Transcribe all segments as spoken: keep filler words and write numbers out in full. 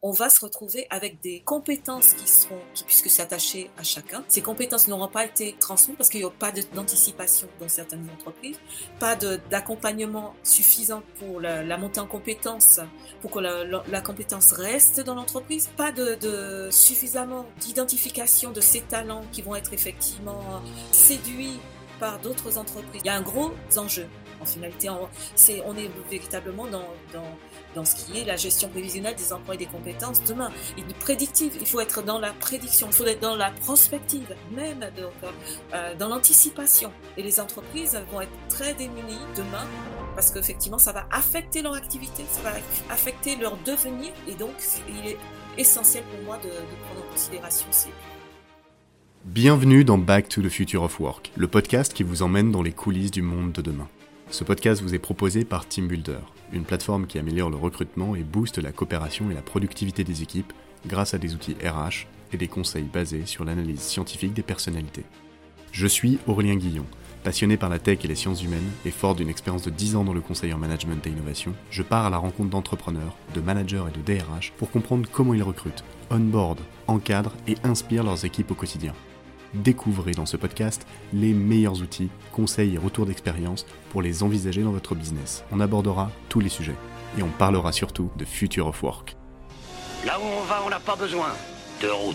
on va se retrouver avec des compétences qui seront, qui, puisque c'est attaché à chacun, ces compétences n'auront pas été transmises parce qu'il n'y a pas de, d'anticipation dans certaines entreprises, pas de, d'accompagnement suffisant pour la, la montée en compétences, pour que la, la, la compétence reste dans l'entreprise, pas de, de suffisamment d'identification de ces talents qui vont être effectivement séduits par d'autres entreprises. Il y a un gros enjeu. En finalité, on, c'est, on est véritablement dans, dans, dans ce qui est la gestion prévisionnelle des emplois et des compétences demain. Il est prédictive, il faut être dans la prédiction, il faut être dans la prospective, même donc, euh, dans l'anticipation. Et les entreprises vont être très démunies demain parce qu'effectivement, ça va affecter leur activité, ça va affecter leur devenir. Et donc, il est essentiel pour moi de, de prendre en considération ces Bienvenue dans Back to the Future of Work, le podcast qui vous emmène dans les coulisses du monde de demain. Ce podcast vous est proposé par TeamBuilder, une plateforme qui améliore le recrutement et booste la coopération et la productivité des équipes grâce à des outils R H et des conseils basés sur l'analyse scientifique des personnalités. Je suis Aurélien Guillon, passionné par la tech et les sciences humaines et fort d'une expérience de dix ans dans le conseil en management et innovation, je pars à la rencontre d'entrepreneurs, de managers et de D R H pour comprendre comment ils recrutent, onboardent, encadrent et inspirent leurs équipes au quotidien. Découvrez dans ce podcast les meilleurs outils, conseils et retours d'expérience pour les envisager dans votre business. On abordera tous les sujets et on parlera surtout de Future of Work. Là où on va, on n'a pas besoin de route.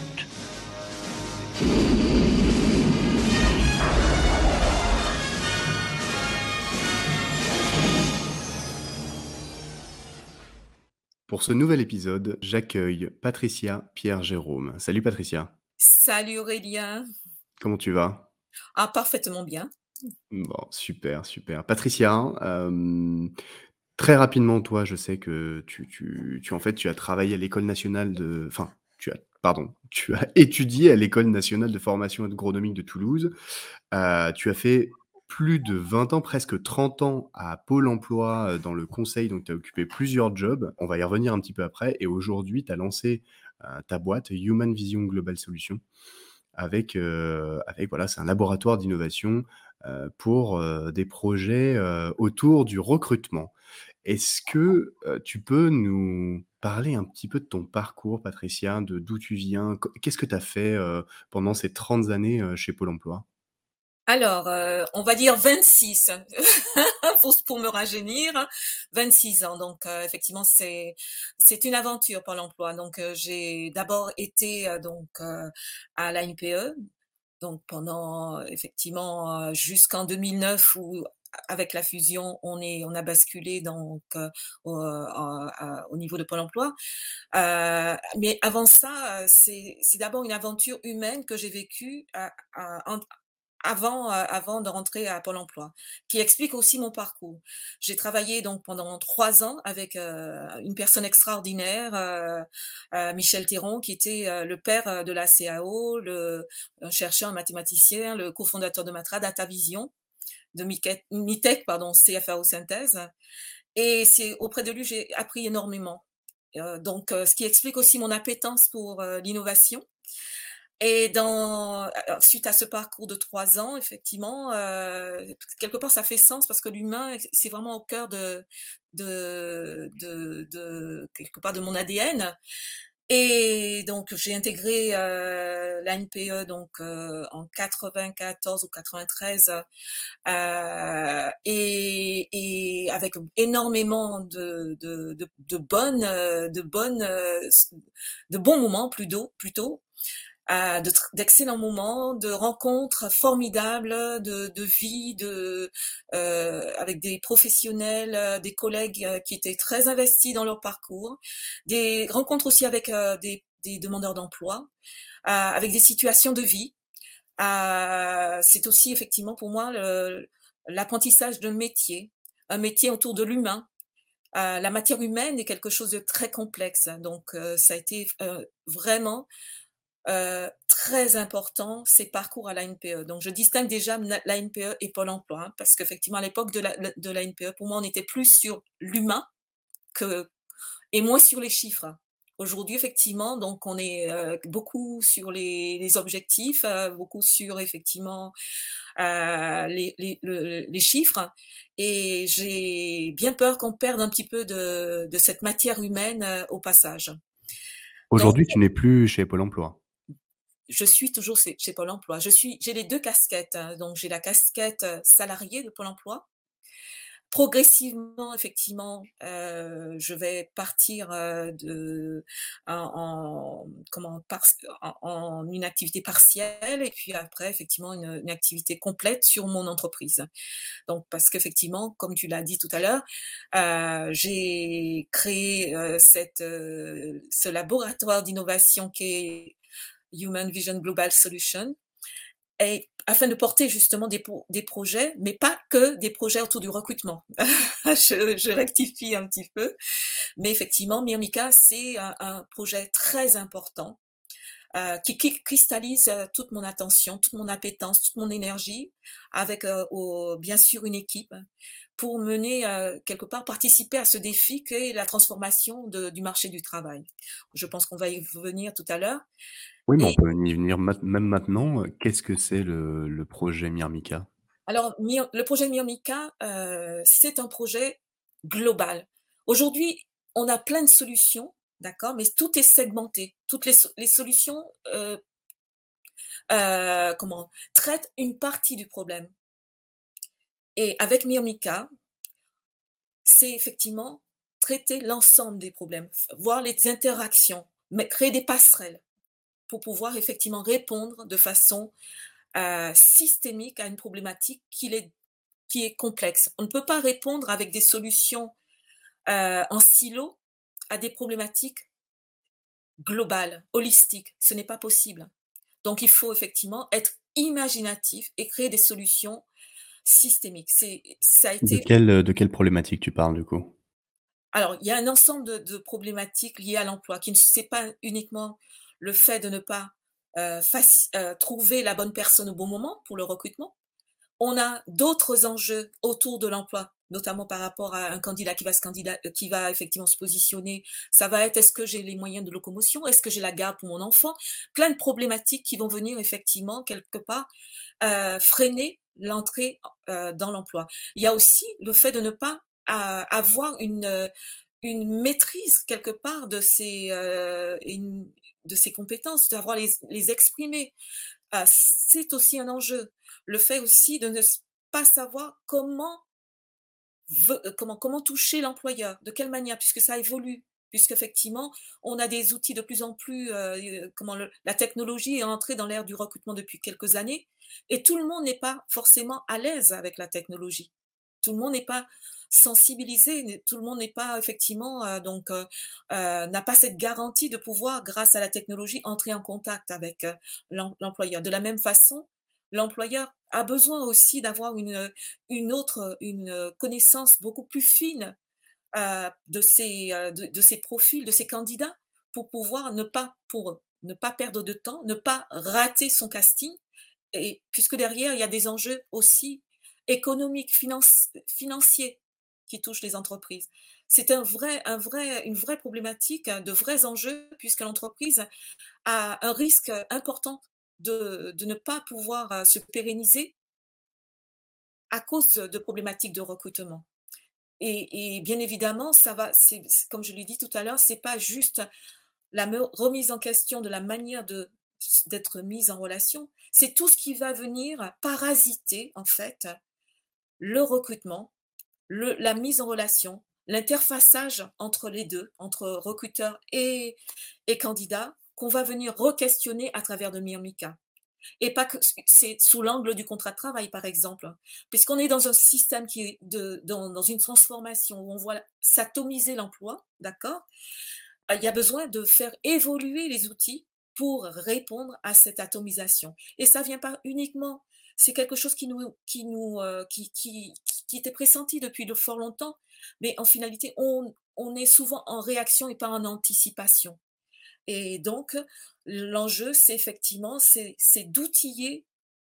Pour ce nouvel épisode, j'accueille Patricia Pierre-Jérôme. Salut Patricia. Salut Aurélien. Comment tu vas ? Ah, parfaitement bien. Bon, super, super. Patricia, euh, très rapidement, toi, je sais que tu, tu, tu, en fait, tu as travaillé à l'École nationale de... Enfin, tu as, pardon, tu as étudié à l'École nationale de formation agronomique de Toulouse. Euh, tu as fait plus de vingt ans, presque trente ans à Pôle emploi euh, dans le conseil, donc tu as occupé plusieurs jobs. On va y revenir un petit peu après. Et aujourd'hui, tu as lancé euh, ta boîte, Human Vision Global Solutions, avec, euh, avec voilà, c'est un laboratoire d'innovation euh, pour euh, des projets euh, autour du recrutement. Est-ce que euh, tu peux nous parler un petit peu de ton parcours, Patricia, de d'où tu viens, qu'est-ce que tu as fait euh, pendant ces trente années euh, chez Pôle emploi ? Alors, euh, on va dire vingt-six, pour, pour me rajeunir, vingt-six ans. Donc, euh, effectivement, c'est c'est une aventure pour l'emploi. Donc, euh, j'ai d'abord été euh, donc euh, à l'A N P E, donc pendant effectivement euh, jusqu'en deux mille neuf où avec la fusion, on est on a basculé donc euh, au, euh, au niveau de Pôle emploi. Euh, mais avant ça, c'est c'est d'abord une aventure humaine que j'ai vécue à, à, en- avant, euh, avant de rentrer à Pôle emploi, qui explique aussi mon parcours. J'ai travaillé donc pendant trois ans avec euh, une personne extraordinaire, euh, euh, Michel Théron, qui était euh, le père euh, de la C A O, le un chercheur, un mathématicien, le cofondateur de Matra, DataVision, de Mitech, pardon, C F A O Synthèse. Et c'est auprès de lui j'ai appris énormément. Euh, donc, euh, ce qui explique aussi mon appétence pour euh, l'innovation. Et dans, suite à ce parcours de trois ans, effectivement, euh, quelque part, ça fait sens parce que l'humain, c'est vraiment au cœur de, de, de, de quelque part de mon A D N. Et donc, j'ai intégré euh, l'A N P E donc euh, en quatre-vingt-quatorze ou quatre-vingt-treize euh, et, et avec énormément de, de, de, de bonnes, de bonnes, de bons moments plutôt, plutôt euh, de, d'excellents moments, de rencontres formidables, de, de vie, de, euh, avec des professionnels, euh, des collègues euh, qui étaient très investis dans leur parcours, des rencontres aussi avec euh, des, des demandeurs d'emploi, euh, avec des situations de vie. Euh, c'est aussi effectivement pour moi le, l'apprentissage d'un métier, un métier autour de l'humain. Euh, la matière humaine est quelque chose de très complexe, donc euh, ça a été euh, vraiment euh, très important, ces parcours à l'A N P E. Donc, je distingue déjà l'A N P E et Pôle emploi, hein, parce qu'effectivement, à l'époque de la, de l'A N P E, pour moi, on était plus sur l'humain que, et moins sur les chiffres. Aujourd'hui, effectivement, donc on est euh, beaucoup sur les, les objectifs, euh, beaucoup sur effectivement euh, les, les, le, les chiffres, et j'ai bien peur qu'on perde un petit peu de, de cette matière humaine euh, au passage. Donc, Aujourd'hui, tu n'es plus chez Pôle emploi? je suis toujours chez chez Pôle emploi. Je suis j'ai les deux casquettes, hein. Donc j'ai la casquette, heu, salariée de Pôle emploi. Progressivement, effectivement, heu, je vais partir, heu, de en en comment par en en une activité partielle et puis après effectivement une, une activité complète sur mon entreprise. Donc parce qu'effectivement, comme tu l'as dit tout à l'heure, heu, j'ai créé, heu, cette, heu, ce laboratoire d'innovation qui est Human Vision Global Solution et afin de porter justement des po des projets, mais pas que des projets autour du recrutement. Je je rectifie un petit peu, mais effectivement, Myrmica, c'est un un projet très important, heu, qui qui cristallise, heu, toute mon attention, toute mon appétence, toute mon énergie avec, heu, au bien sûr une équipe pour mener, heu, quelque part participer à ce défi qu'est la transformation de du marché du travail. Je pense qu'on va y venir tout à l'heure Oui, mais on et peut y venir mat même maintenant. Heu, qu'est-ce que c'est le le projet Myrmica? alors, Myr le projet Myrmica, heu, c'est un projet global. Aujourd'hui, on a plein de solutions, d'accord? Mais tout est segmenté. Toutes les so les solutions, heu heu, comment? Traitent une partie du problème et avec Myrmica, c'est effectivement traiter l'ensemble des problèmes, f voir les interactions, mais créer des passerelles pour pouvoir effectivement répondre de façon, heu, systémique à une problématique qui est qui est complexe. On ne peut pas répondre avec des solutions euh, en silo à des problématiques globales, holistiques. Ce n'est pas possible. Donc il faut effectivement être imaginatif et créer des solutions systémiques. C'est, ça a De été. quelle, de quelle problématique tu parles, du coup? Alors il y a un ensemble de, de problématiques liées à l'emploi qui ne c'est pas uniquement le fait de ne pas euh, faci- euh, trouver la bonne personne au bon moment pour le recrutement. On a d'autres enjeux autour de l'emploi, notamment par rapport à un candidat qui va se candidat, euh, qui va effectivement se positionner. Ça va être est-ce que j'ai les moyens de locomotion? Est-ce que j'ai la garde pour mon enfant? Plein de problématiques qui vont venir effectivement quelque part euh, freiner l'entrée euh, dans l'emploi. Il y a aussi le fait de ne pas euh, avoir une euh, une maîtrise quelque part de ces euh, une, de ces compétences, d'avoir les, les exprimer. Ah, c'est aussi un enjeu. Le fait aussi de ne pas savoir comment ve- euh, comment, comment toucher l'employeur, de quelle manière, puisque ça évolue, puisqu'effectivement, on a des outils de plus en plus, euh, euh, comment le- la technologie est entrée dans l'ère du recrutement depuis quelques années, et tout le monde n'est pas forcément à l'aise avec la technologie. Tout le monde n'est pas sensibilisé, tout le monde n'est pas effectivement euh, donc euh, euh, n'a pas cette garantie de pouvoir, grâce à la technologie, entrer en contact avec euh, l'em- l'employeur. De la même façon, l'employeur a besoin aussi d'avoir une une autre une connaissance beaucoup plus fine euh, de ces euh, de, de ces profils, de ces candidats, pour pouvoir ne pas pour ne pas perdre de temps, ne pas rater son casting. Et puisque derrière il y a des enjeux aussi économiques, finance, financiers qui touchent les entreprises. C'est un vrai, un vrai, une vraie problématique, hein, de vrais enjeux, puisque l'entreprise a un risque important de, de ne pas pouvoir euh, se pérenniser à cause de, de problématiques de recrutement. Et, et bien évidemment, ça va, c'est, c'est- comme je l'ai dit tout à l'heure, c'est pas juste la me- remise en question de la manière de d'être mise en relation, c'est tout ce qui va venir parasiter en fait le recrutement, le, la mise en relation, l'interfaçage entre les deux, entre recruteurs et, et candidats, qu'on va venir re-questionner à travers de Myrmica. Et pas que c'est sous l'angle du contrat de travail, par exemple, puisqu'on est dans un système qui est de, dans, dans une transformation où on voit s'atomiser l'emploi, d'accord? Il y a besoin de faire évoluer les outils pour répondre à cette atomisation. Et ça vient pas uniquement, c'est quelque chose qui nous, qui nous, euh, qui, qui, qui était pressenti depuis de fort longtemps, mais en finalité, on, on est souvent en réaction et pas en anticipation. Et donc, l'enjeu, c'est effectivement, c'est, c'est d'outiller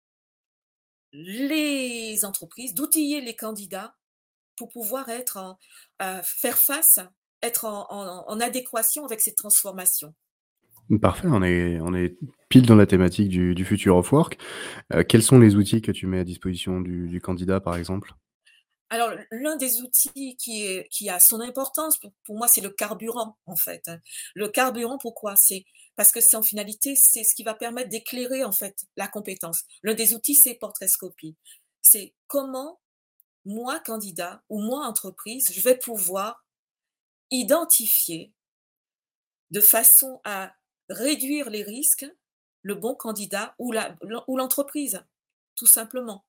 les entreprises, d'outiller les candidats pour pouvoir être en, euh, faire face, être en, en, en adéquation avec cette transformation. Parfait, on est on est pile dans la thématique du du Future of Work. Heu, quels sont les outils que tu mets à disposition du du candidat, par exemple? Alors, l'un des outils qui est qui a son importance pour pour moi, c'est le carburant, en fait, hein. Le carburant, pourquoi? C'est parce que c'est en finalité, c'est ce qui va permettre d'éclairer, en fait, la compétence. L'un des outils, c'est Portraitscopie. C'est comment moi, candidat ou moi, entreprise, je vais pouvoir identifier de façon à réduire les risques, le bon candidat ou la ou l'entreprise, tout simplement.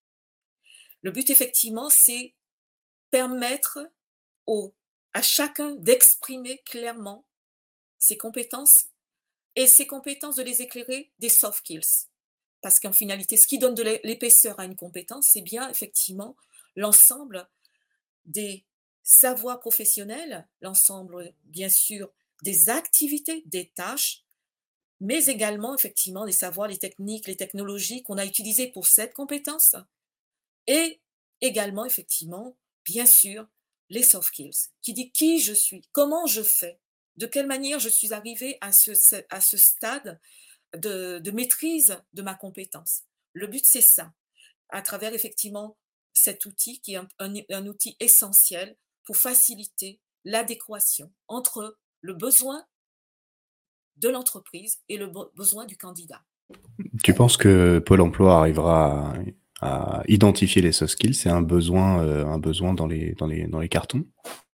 Le but, effectivement, c'est permettre au à chacun d'exprimer clairement ses compétences et ses compétences de les éclairer des soft skills. Parce qu'en finalité, ce qui donne de l'épaisseur à une compétence, c'est bien effectivement l'ensemble des savoirs professionnels, l'ensemble, bien sûr, des activités, des tâches, mais également effectivement des savoirs, les techniques, les technologies qu'on a utilisées pour cette compétence et également effectivement, bien sûr, les soft skills, qui dit qui je suis, comment je fais, de quelle manière je suis arrivée à ce, à ce stade de, de maîtrise de ma compétence. Le but, c'est ça, à travers effectivement cet outil qui est un, un, un outil essentiel pour faciliter l'adéquation entre le besoin de l'entreprise et le be- besoin du candidat. Tu penses que Pôle emploi arrivera à, à identifier les soft skills? C'est un besoin, euh, un besoin dans les, dans les, dans les cartons?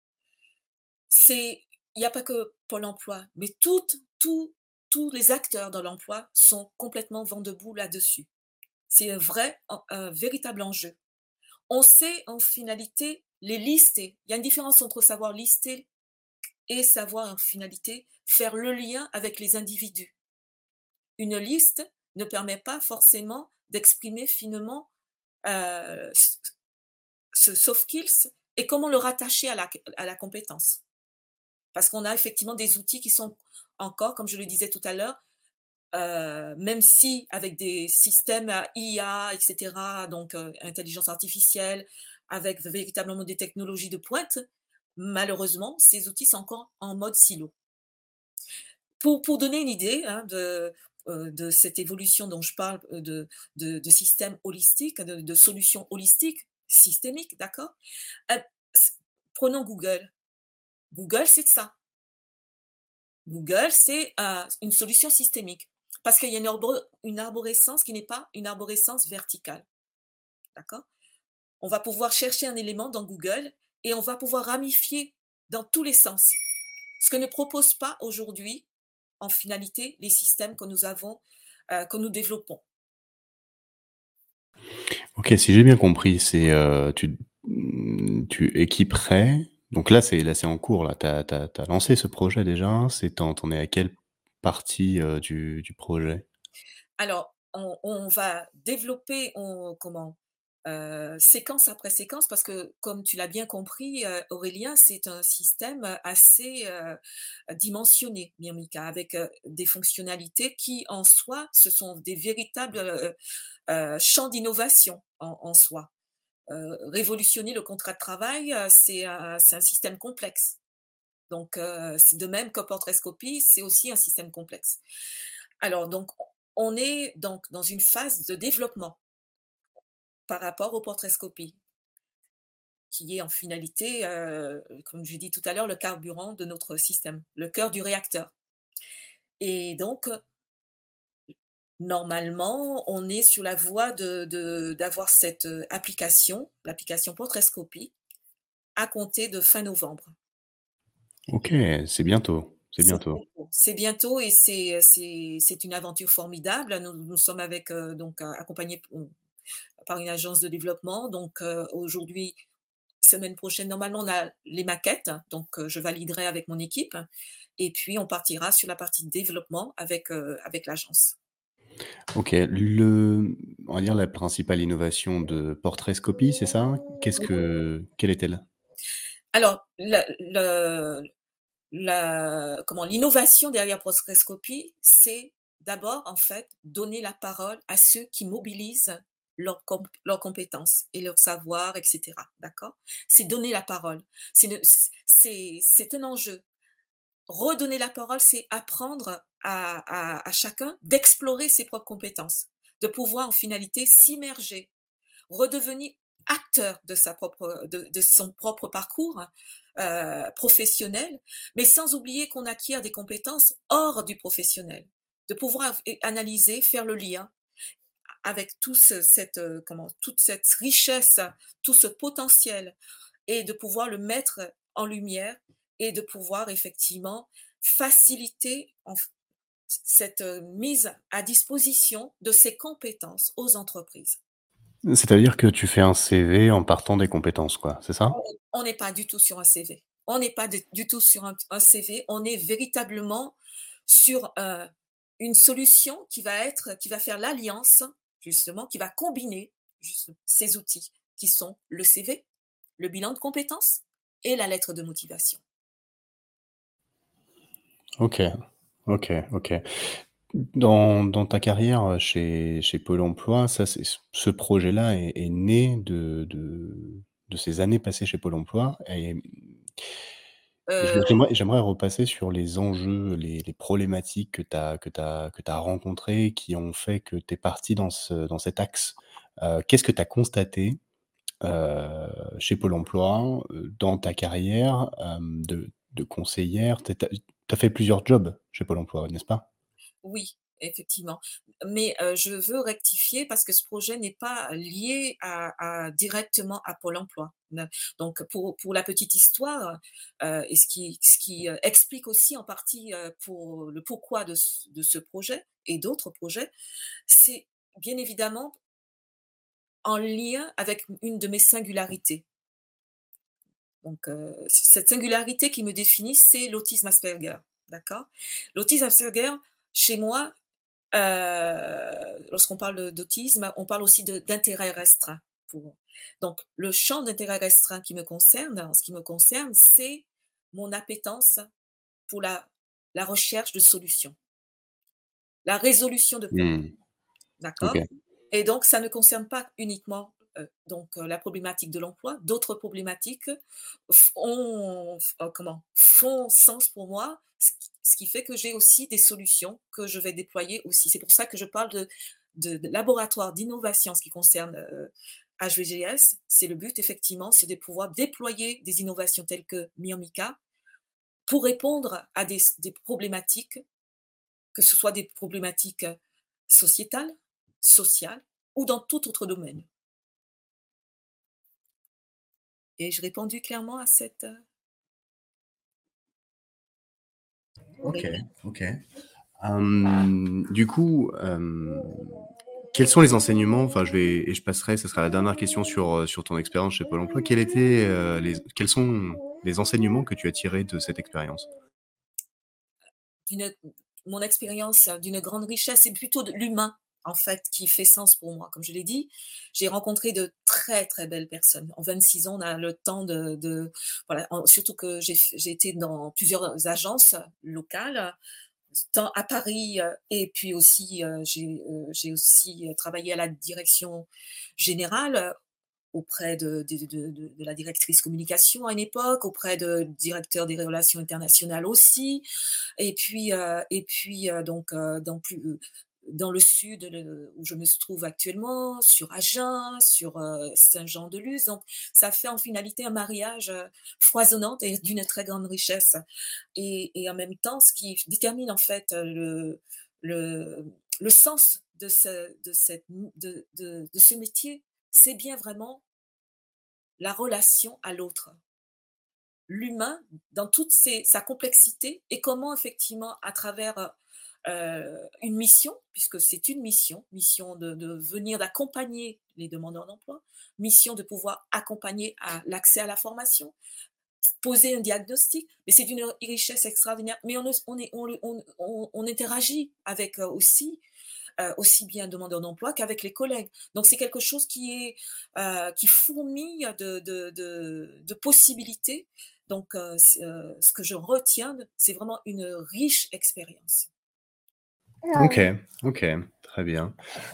C'est, il n'y a pas que Pôle emploi, mais toutes, tout, tous les acteurs de l'emploi sont complètement vent debout là-dessus. C'est un vrai, un, un véritable enjeu. On sait en finalité les lister. Il y a une différence entre savoir lister et savoir en finalité faire le lien avec les individus. Une liste ne permet pas forcément d'exprimer finement euh, ce soft skills et comment le rattacher à la, à la compétence. Parce qu'on a effectivement des outils qui sont encore, comme je le disais tout à l'heure, euh, même si avec des systèmes I A, et cetera, donc euh, intelligence artificielle, avec véritablement des technologies de pointe, malheureusement, ces outils sont encore en mode silo. Pour, pour donner une idée hein, de, euh, de cette évolution dont je parle, de, de, de systèmes holistiques, de, de solutions holistiques, systémiques, d'accord euh, Prenons Google. Google, c'est ça. Google, c'est euh, une solution systémique. Parce qu'il y a une, arbor une arborescence qui n'est pas une arborescence verticale. D'accord? On va pouvoir chercher un élément dans Google et on va pouvoir ramifier dans tous les sens. Ce que ne propose pas aujourd'hui, en finalité, les systèmes que nous avons, euh, que nous développons. Ok, si j'ai bien compris, c'est euh, tu, tu équiperais. Donc là, c'est là, c'est en cours. Là, t'as t'as t'as lancé ce projet déjà. C'est t'en t'en es à quelle partie euh, du, du projet? Alors, on, on va développer, on, comment, euh, séquence après séquence, parce que, comme tu l'as bien compris, euh, Aurélien, c'est un système assez euh, dimensionné, Myrmica, avec euh, des fonctionnalités qui, en soi, ce sont des véritables euh, euh, champs d'innovation en, en soi. Euh, révolutionner le contrat de travail, euh, c'est un, c'est un système complexe. Donc, euh, c'est de même que Portraitscopie, c'est aussi un système complexe. Alors, donc, on est donc dans une phase de développement par rapport au Portraitscopie, qui est en finalité, euh, comme j'ai dit tout à l'heure, le carburant de notre système, le cœur du réacteur. Et donc, normalement, on est sur la voie de, de, d'avoir cette application, l'application Portraitscopie, à compter de fin novembre. Ok, c'est bientôt. C'est C'est bientôt. bientôt. C'est bientôt et c'est, c'est, c'est une aventure formidable. Nous, nous sommes avec, euh, donc, euh, accompagnés par une agence de développement. Donc, euh, aujourd'hui, semaine prochaine, normalement, on a les maquettes. Donc, euh, je validerai avec mon équipe. Et puis, on partira sur la partie développement avec, euh, avec l'agence. Ok, le, on va dire la principale innovation de Portraitscopie, c'est ça? Qu'est-ce que, quelle est-elle? Alors, le, le, la, comment, l'innovation derrière Portraitscopie, c'est d'abord, en fait, donner la parole à ceux qui mobilisent leurs comp leurs compétences et leur savoir, et cetera. D'accord? C'est donner la parole. C'est c'est un enjeu. Redonner la parole, c'est apprendre à, à, à chacun d'explorer ses propres compétences, de pouvoir en finalité s'immerger, redevenir acteur de sa propre, de, de son propre parcours euh, professionnel, mais sans oublier qu'on acquiert des compétences hors du professionnel, de pouvoir analyser, faire le lien avec tout ce, cette, euh, comment, toute cette richesse, tout ce potentiel, et de pouvoir le mettre en lumière et de pouvoir effectivement faciliter en, cette mise à disposition de ces compétences aux entreprises. C'est-à-dire que tu fais un C V en partant des compétences, quoi, c'est ça? On n'est pas du tout sur un C V. On n'est pas de, du tout sur un, un C V. On est véritablement sur euh, une solution qui va être, qui va faire l'alliance, justement, qui va combiner juste, ces outils qui sont le C V, le bilan de compétences et la lettre de motivation. OK, OK, OK. Dans dans ta carrière chez chez Pôle emploi, ça c'est ce projet-là est est né de de de ces années passées chez Pôle emploi et mmh, Euh, j'aimerais j'aimerais repasser sur les enjeux, les les problématiques que tu as que tu as que tu as rencontrées, qui ont fait que tu es parti dans ce dans cet axe. Heu, qu'est-ce que tu as constaté, heu, chez Pôle emploi, heu, dans ta carrière, hem, de de conseillère? Tu as tu as fait plusieurs jobs chez Pôle emploi, n'est-ce pas? Oui, effectivement. Mais heu, je veux rectifier parce que ce projet n'est pas lié à à directement à Pôle emploi. Ne donc pour pour la petite histoire, heu et ce qui ce qui, heu, explique aussi en partie, heu, pour le pourquoi de ce de ce projet et d'autres projets, c'est bien évidemment en lien avec une de mes singularités. Donc heu, cette singularité qui me définit, c'est l'autisme Asperger, d'accord? L'autisme Asperger, chez moi, Heu, lorsqu'on parle d'autisme, on parle aussi de d'intérêt restreint pour donc le champ d'intérêt restreint qui me concerne, en ce qui me concerne, c'est mon appétence pour la la recherche de solutions, la résolution de problèmes, Mmh. d'accord? OK. Et donc ça ne concerne pas uniquement, heu, donc heu, la problématique de l'emploi. D'autres problématiques font f comment? Font sens pour moi, ce qui ce qui fait que j'ai aussi des solutions que je vais déployer aussi. C'est pour ça que je parle de de de laboratoire d'innovation en ce qui concerne, heu, H V G S. C'est le but effectivement, c'est de pouvoir déployer des innovations telles que Miomica pour répondre à des des problématiques, que ce soit des problématiques sociétales, sociales ou dans tout autre domaine. Et j'ai répondu clairement à cette, heu OK, OK. Hem, du coup, hem, quels sont les enseignements enfin je vais et je passerai, ce sera la dernière question sur, heu, sur ton expérience chez Pôle emploi. Quels étaient, heu, les quels sont les enseignements que tu as tirés de cette expérience? d'une mon expérience d'une grande richesse, c'est plutôt de l'humain, en fait, qui fait sens pour moi. Comme je l'ai dit, j'ai rencontré de très, très belles personnes. En vingt-six ans, on a le temps de de voilà, en surtout que j'ai f j'ai été dans plusieurs agences locales, tant à Paris, heu et puis aussi, heu, j'ai, heu, j'ai aussi, heu, travaillé à la direction générale, auprès de de de de de la directrice communication à une époque, auprès de directeur des relations internationales aussi. Et puis, heu et puis, heu, donc, heu, dans plus heu, dans le sud, le où je me trouve actuellement, sur Agen, sur, heu, Saint-Jean-de-Luz. Donc ça fait en finalité un mariage, heu, foisonnant et d'une très grande richesse. Et et en même temps, ce qui détermine en fait, heu, le le le sens de ce de cette de de de ce métier, c'est bien vraiment la relation à l'autre. L'humain dans toute ses sa complexité et comment effectivement à travers, heu, une mission, puisque c'est une mission, mission de de venir d'accompagner les demandeurs d'emploi, mission de pouvoir accompagner à l'accès à la formation, poser un diagnostic, mais c'est d'une richesse extraordinaire. Mais on ne on est on le on on on interagit avec, heu, aussi, heu, aussi bien demandeurs d'emploi qu'avec les collègues. Donc c'est quelque chose qui est, heu, qui fourmille de de de de possibilités. Donc heu, c heu, ce que je retiens, c'est vraiment une riche expérience. OK, OK, très bien.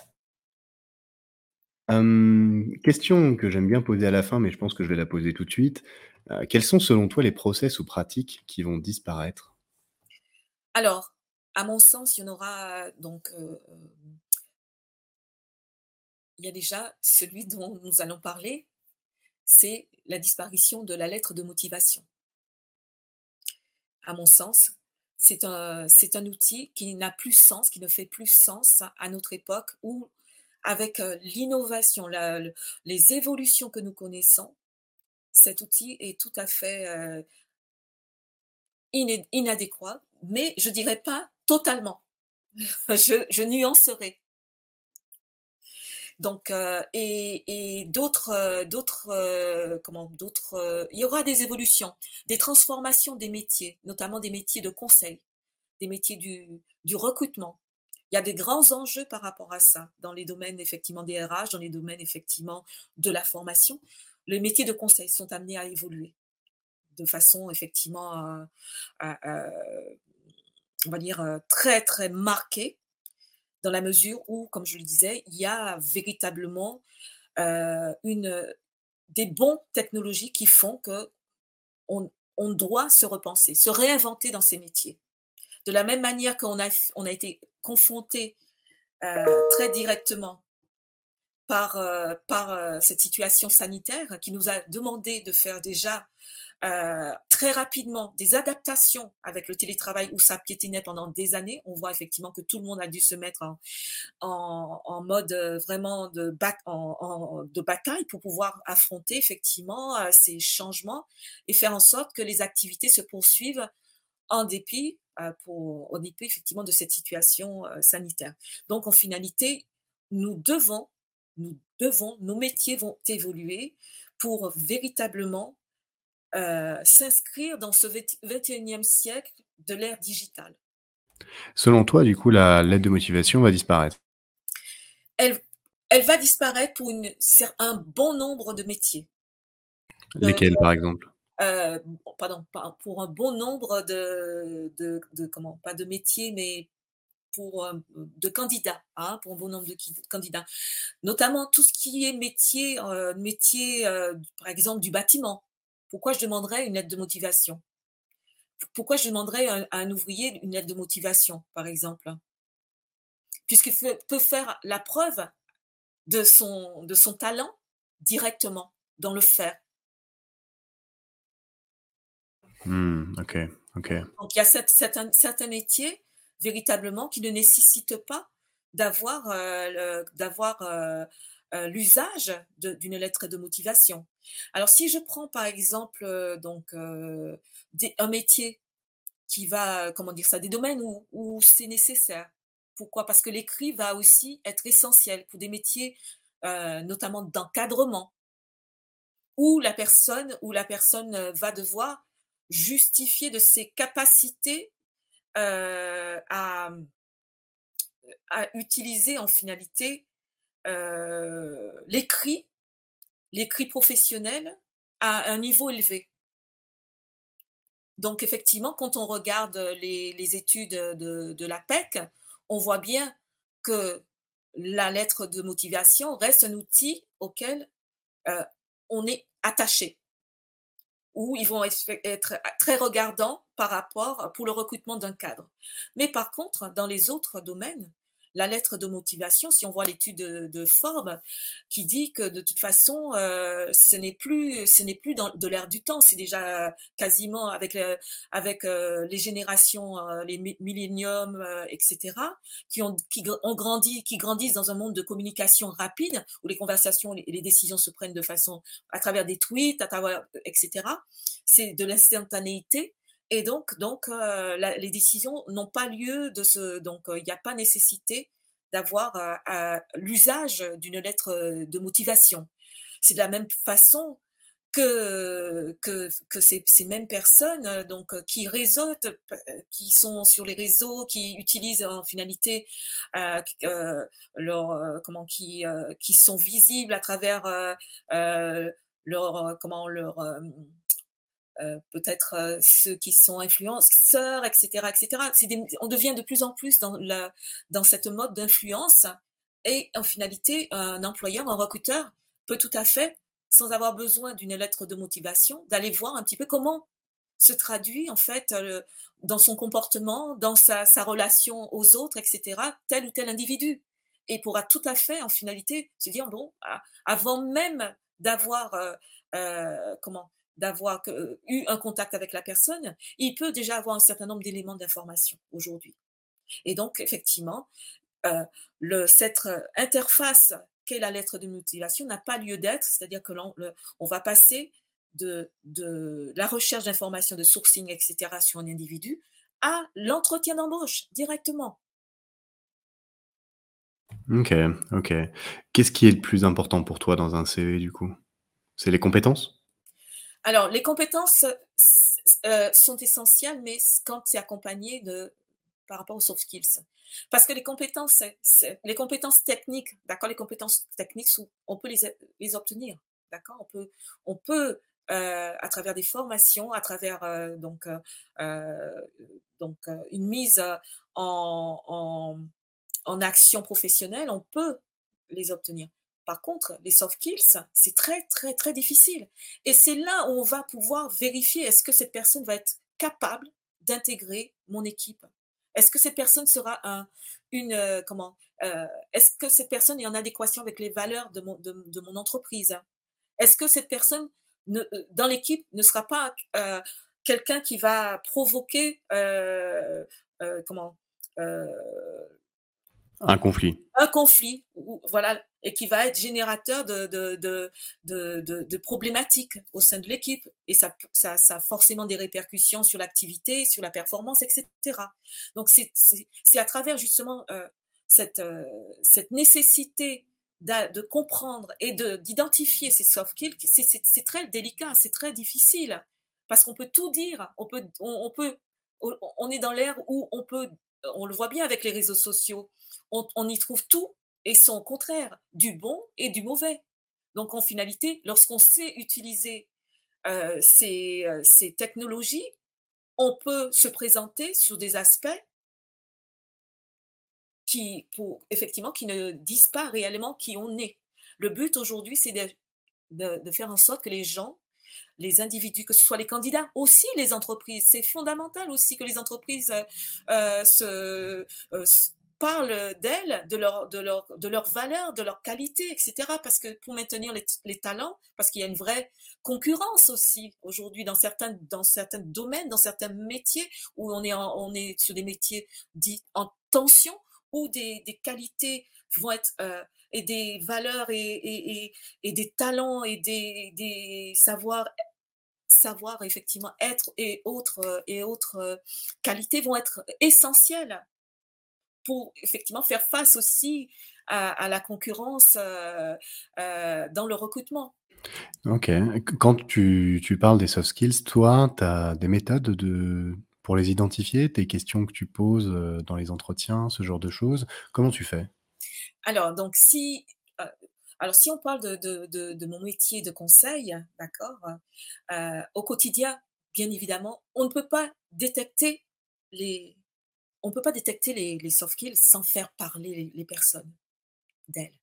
Hem, question que j'aime bien poser à la fin, mais je pense que je vais la poser tout de suite. Heu, quels sont selon toi les process ou pratiques qui vont disparaître? Alors, à mon sens, il y en aura donc, heu, il y a déjà celui dont nous allons parler, c'est la disparition de la lettre de motivation. À mon sens, c'est un c'est un outil qui n'a plus sens, qui ne fait plus sens à notre époque où avec, heu, l'innovation, la le les évolutions que nous connaissons, cet outil est tout à fait, heu, iné inadéquat, mais je dirais pas totalement. Je je nuancerai. Donc, heu et et d'autres, heu, d'autres, heu, comment? D'autres, heu il y aura des évolutions, des transformations des métiers, notamment des métiers de conseil, des métiers du du recrutement. Il y a des grands enjeux par rapport à ça, dans les domaines effectivement des R H, dans les domaines effectivement de la formation. Les métiers de conseil sont amenés à évoluer de façon effectivement, heu, à, heu, on va dire, heu, très, très marquée dans la mesure où, comme je le disais, il y a véritablement, heu, une, des bons technologies qui font qu'on on doit se repenser, se réinventer dans ces métiers. De la même manière qu'on a on a été confronté, heu, très directement par, heu, par, heu, cette situation sanitaire qui nous a demandé de faire déjà, heu, très rapidement des adaptations avec le télétravail où ça piétinait pendant des années. On voit effectivement que tout le monde a dû se mettre en en en mode, heu, vraiment de bat en en de bataille pour pouvoir affronter effectivement, heu, ces changements et faire en sorte que les activités se poursuivent en dépit, heu, pour en dépit effectivement de cette situation, heu, sanitaire. Donc en finalité, nous devons nous devons nos métiers vont évoluer pour véritablement, heu, s'inscrire dans ce vét vingt et unième siècle de l'ère digitale. Selon toi, du coup, la lettre de motivation va disparaître? Elle elle va disparaître pour une cer un bon nombre de métiers. De Lesquels, par exemple? heu, pardon, pas pour un bon nombre de de de comment? Pas de métiers, mais pour, heu, de candidats, hein, pour un bon nombre de qui candidats. Notamment tout ce qui est métier, heu, métier, heu, par exemple du bâtiment. Pourquoi je demanderais une lettre de motivation? P pourquoi je demanderais à un à un ouvrier une lettre de motivation, par exemple? Puisqu'il fait peut faire la preuve de son de son talent directement, dans le faire. Mmh, OK, OK. Donc il y a cet certains certains métiers, véritablement, qui ne nécessitent pas d'avoir, heu, le d'avoir, heu heu, l'usage de d'une lettre de motivation. Alors si je prends par exemple, heu, donc heu, des un métier qui va, comment dire ça? Des domaines où où c'est nécessaire. Pourquoi? Parce que l'écrit va aussi être essentiel pour des métiers, heu, notamment d'encadrement, où la personne où la personne, heu, va devoir justifier de ses capacités, heu, à, mmh, à utiliser en finalité, heu, l'écrit l'écrit professionnel à un niveau élevé. Donc effectivement, quand on regarde, les les études, de de l'A P E C, on voit bien que la lettre de motivation reste un outil auquel, heu, on est attaché. Où ils vont être être très regardants par rapport pour le recrutement d'un cadre. Mais par contre, dans les autres domaines, la lettre de motivation, si on voit l'étude de de Forbes qui dit que de toute façon, heu, ce n'est plus ce n'est plus dans de l'air du temps, c'est déjà quasiment avec, heu, avec, heu, les générations, heu, les mé milléniums, heu et cetera, qui ont qui gr ont grandi qui grandissent dans un monde de communication rapide, où les conversations et les décisions se prennent de façon à travers des tweets, à travers et cetera. C'est de l'instantanéité et donc donc heu, la les décisions n'ont pas lieu de se donc heu, il n'y a pas nécessité d'avoir, heu, à l'usage d'une lettre, heu, de motivation. C'est de la même façon que que que ces ces mêmes personnes, heu, donc heu, qui réseautent, p qui sont sur les réseaux, qui utilisent en finalité, heu, q heu, leur, heu, comment qui, heu, qui sont visibles à travers, heu heu, leur, heu, comment leur, hem, heu, peut-être, heu, ceux qui sont influenceurs et cetera et cetera. C'est des on devient de plus en plus dans la dans cette mode d'influence et en finalité, un employeur, un recruteur peut tout à fait, sans avoir besoin d'une lettre de motivation, d'aller voir un petit peu comment se traduit en fait, heu, dans son comportement, dans sa sa relation aux autres et cetera, tel ou tel individu et pourra tout à fait en finalité se dire: «Bon, a avant même d'avoir, heu heu, comment? D'avoir que eu un contact avec la personne, il peut déjà avoir un certain nombre d'éléments d'information aujourd'hui et donc effectivement, heu, le cette, heu, interface qu'est la lettre de motivation n'a pas lieu d'être. C'est-à-dire que l'on le on va passer de de la recherche d'informations, de sourcing et cetera sur un individu à l'entretien d'embauche directement. OK, OK. Qu'est-ce qui est le plus important pour toi dans un C V du coup? C'est les compétences? Alors les compétences, heu, s s heu, sont essentielles, mais s quand c'est accompagné de par rapport aux soft skills. Parce que les compétences, c'est c'est les compétences techniques, d'accord, les compétences techniques sont on peut les a les obtenir, d'accord? On peut on peut, heu, à travers des formations, à travers, heu, donc, heu heu, donc, heu, une mise, heu, en en en action professionnelle, on peut les obtenir. Par contre, les soft skills, c'est très, très, très difficile et c'est là où on va pouvoir vérifier est-ce que cette personne va être capable d'intégrer mon équipe? Est-ce que cette personne sera un une, heu, comment? Heu, est-ce que cette personne est en adéquation avec les valeurs de mon de de mon entreprise? Est-ce que cette personne ne heu, dans l'équipe ne sera pas heu, quelqu'un qui va provoquer, heu heu, comment? Heu Un conflit. un conflit ou voilà et qui va être générateur de de de de de de problématiques au sein de l'équipe et ça p ça ça a forcément des répercussions sur l'activité, sur la performance et cetera. Donc c'est c'est c'est à travers justement, heu, cette, heu, cette nécessité d'a de comprendre et de d'identifier ces soft skills que c'est c'est c'est très délicat, c'est très difficile parce qu'on peut tout dire, on peut on on peut on on est dans l'ère où on peut on le voit bien avec les réseaux sociaux, on, on y trouve tout et son contraire, du bon et du mauvais. Donc en finalité, lorsqu'on sait utiliser euh, ces, euh, ces technologies, on peut se présenter sur des aspects qui, pour, effectivement, qui ne disent pas réellement qui on est. Le but aujourd'hui, c'est de, de, de faire en sorte que les gens, les individus, que ce soit les candidats, aussi les entreprises, c'est fondamental aussi que les entreprises euh, euh, se, euh, parlent d'elles, de leur, de, leur, de leurs valeurs, de leurs qualités, et cetera. Parce que pour maintenir les, les talents, parce qu'il y a une vraie concurrence aussi aujourd'hui dans certains, dans certains domaines, dans certains métiers où on est, en, on est sur des métiers dits en tension, où des, des qualités vont être euh, et des valeurs et, et, et, et des talents et des, des savoirs savoir effectivement être et autres et autres qualités vont être essentielles pour effectivement faire face aussi à, à la concurrence euh, euh, dans le recrutement. OK. Q quand tu tu parles des soft skills, toi, tu as des méthodes de pour les identifier? Des questions que tu poses, heu, dans les entretiens, ce genre de choses? Comment tu fais? Alors donc si euh, alors si on parle de, de, de, de mon métier de conseil, d'accord, euh, au quotidien, bien évidemment, on ne peut pas détecter les on peut pas détecter les, les soft skills sans faire parler les, les personnes d'elles.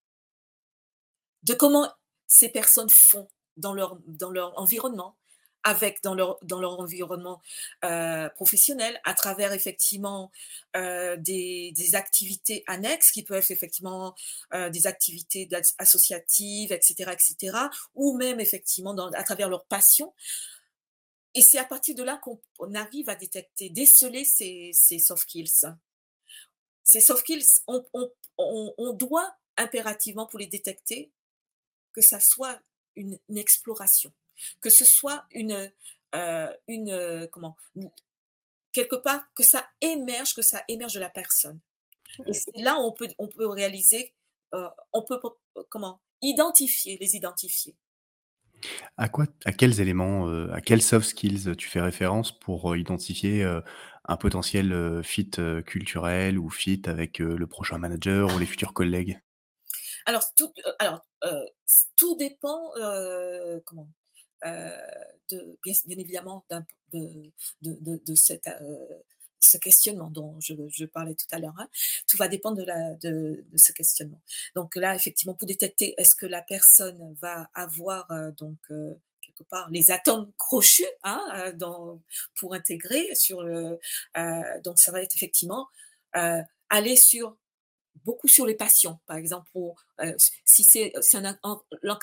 De comment ces personnes font dans leur, dans leur environnement, avec dans leur, dans leur environnement euh, professionnel, à travers effectivement euh, des, des activités annexes qui peuvent être effectivement euh, des activités associatives, et cetera, et cetera, ou même effectivement dans, à travers leur passion. Et c'est à partir de là qu'on on arrive à détecter, déceler ces, ces soft skills. Ces soft skills, on, on, on, on doit impérativement pour les détecter que ça soit une, une exploration, que ce soit une, euh, une euh, comment, quelque part que ça émerge, que ça émerge de la personne. Et c'est là où on peut, on peut réaliser, euh, on peut comment identifier, les identifier. À quoi à quels éléments, heu, à quels soft skills tu fais référence pour, heu, identifier, heu, un potentiel, heu, fit, heu, culturel ou fit avec, heu, le prochain manager ou les futurs collègues? Alors tout, euh, alors euh, tout dépend, euh, comment, euh, de, bien, bien évidemment d'un, de, de, de, de cette, euh, ce questionnement dont je, je parlais tout à l'heure. Hein. Tout va dépendre de, la, de, de ce questionnement. Donc là, effectivement, pour détecter est-ce que la personne va avoir euh, donc euh, quelque part les atomes crochus hein, euh, dans, pour intégrer sur le, euh, donc ça va être effectivement euh, aller sur beaucoup sur les passions, par exemple, pour, euh, si c'est c'est un, un- l'ancrage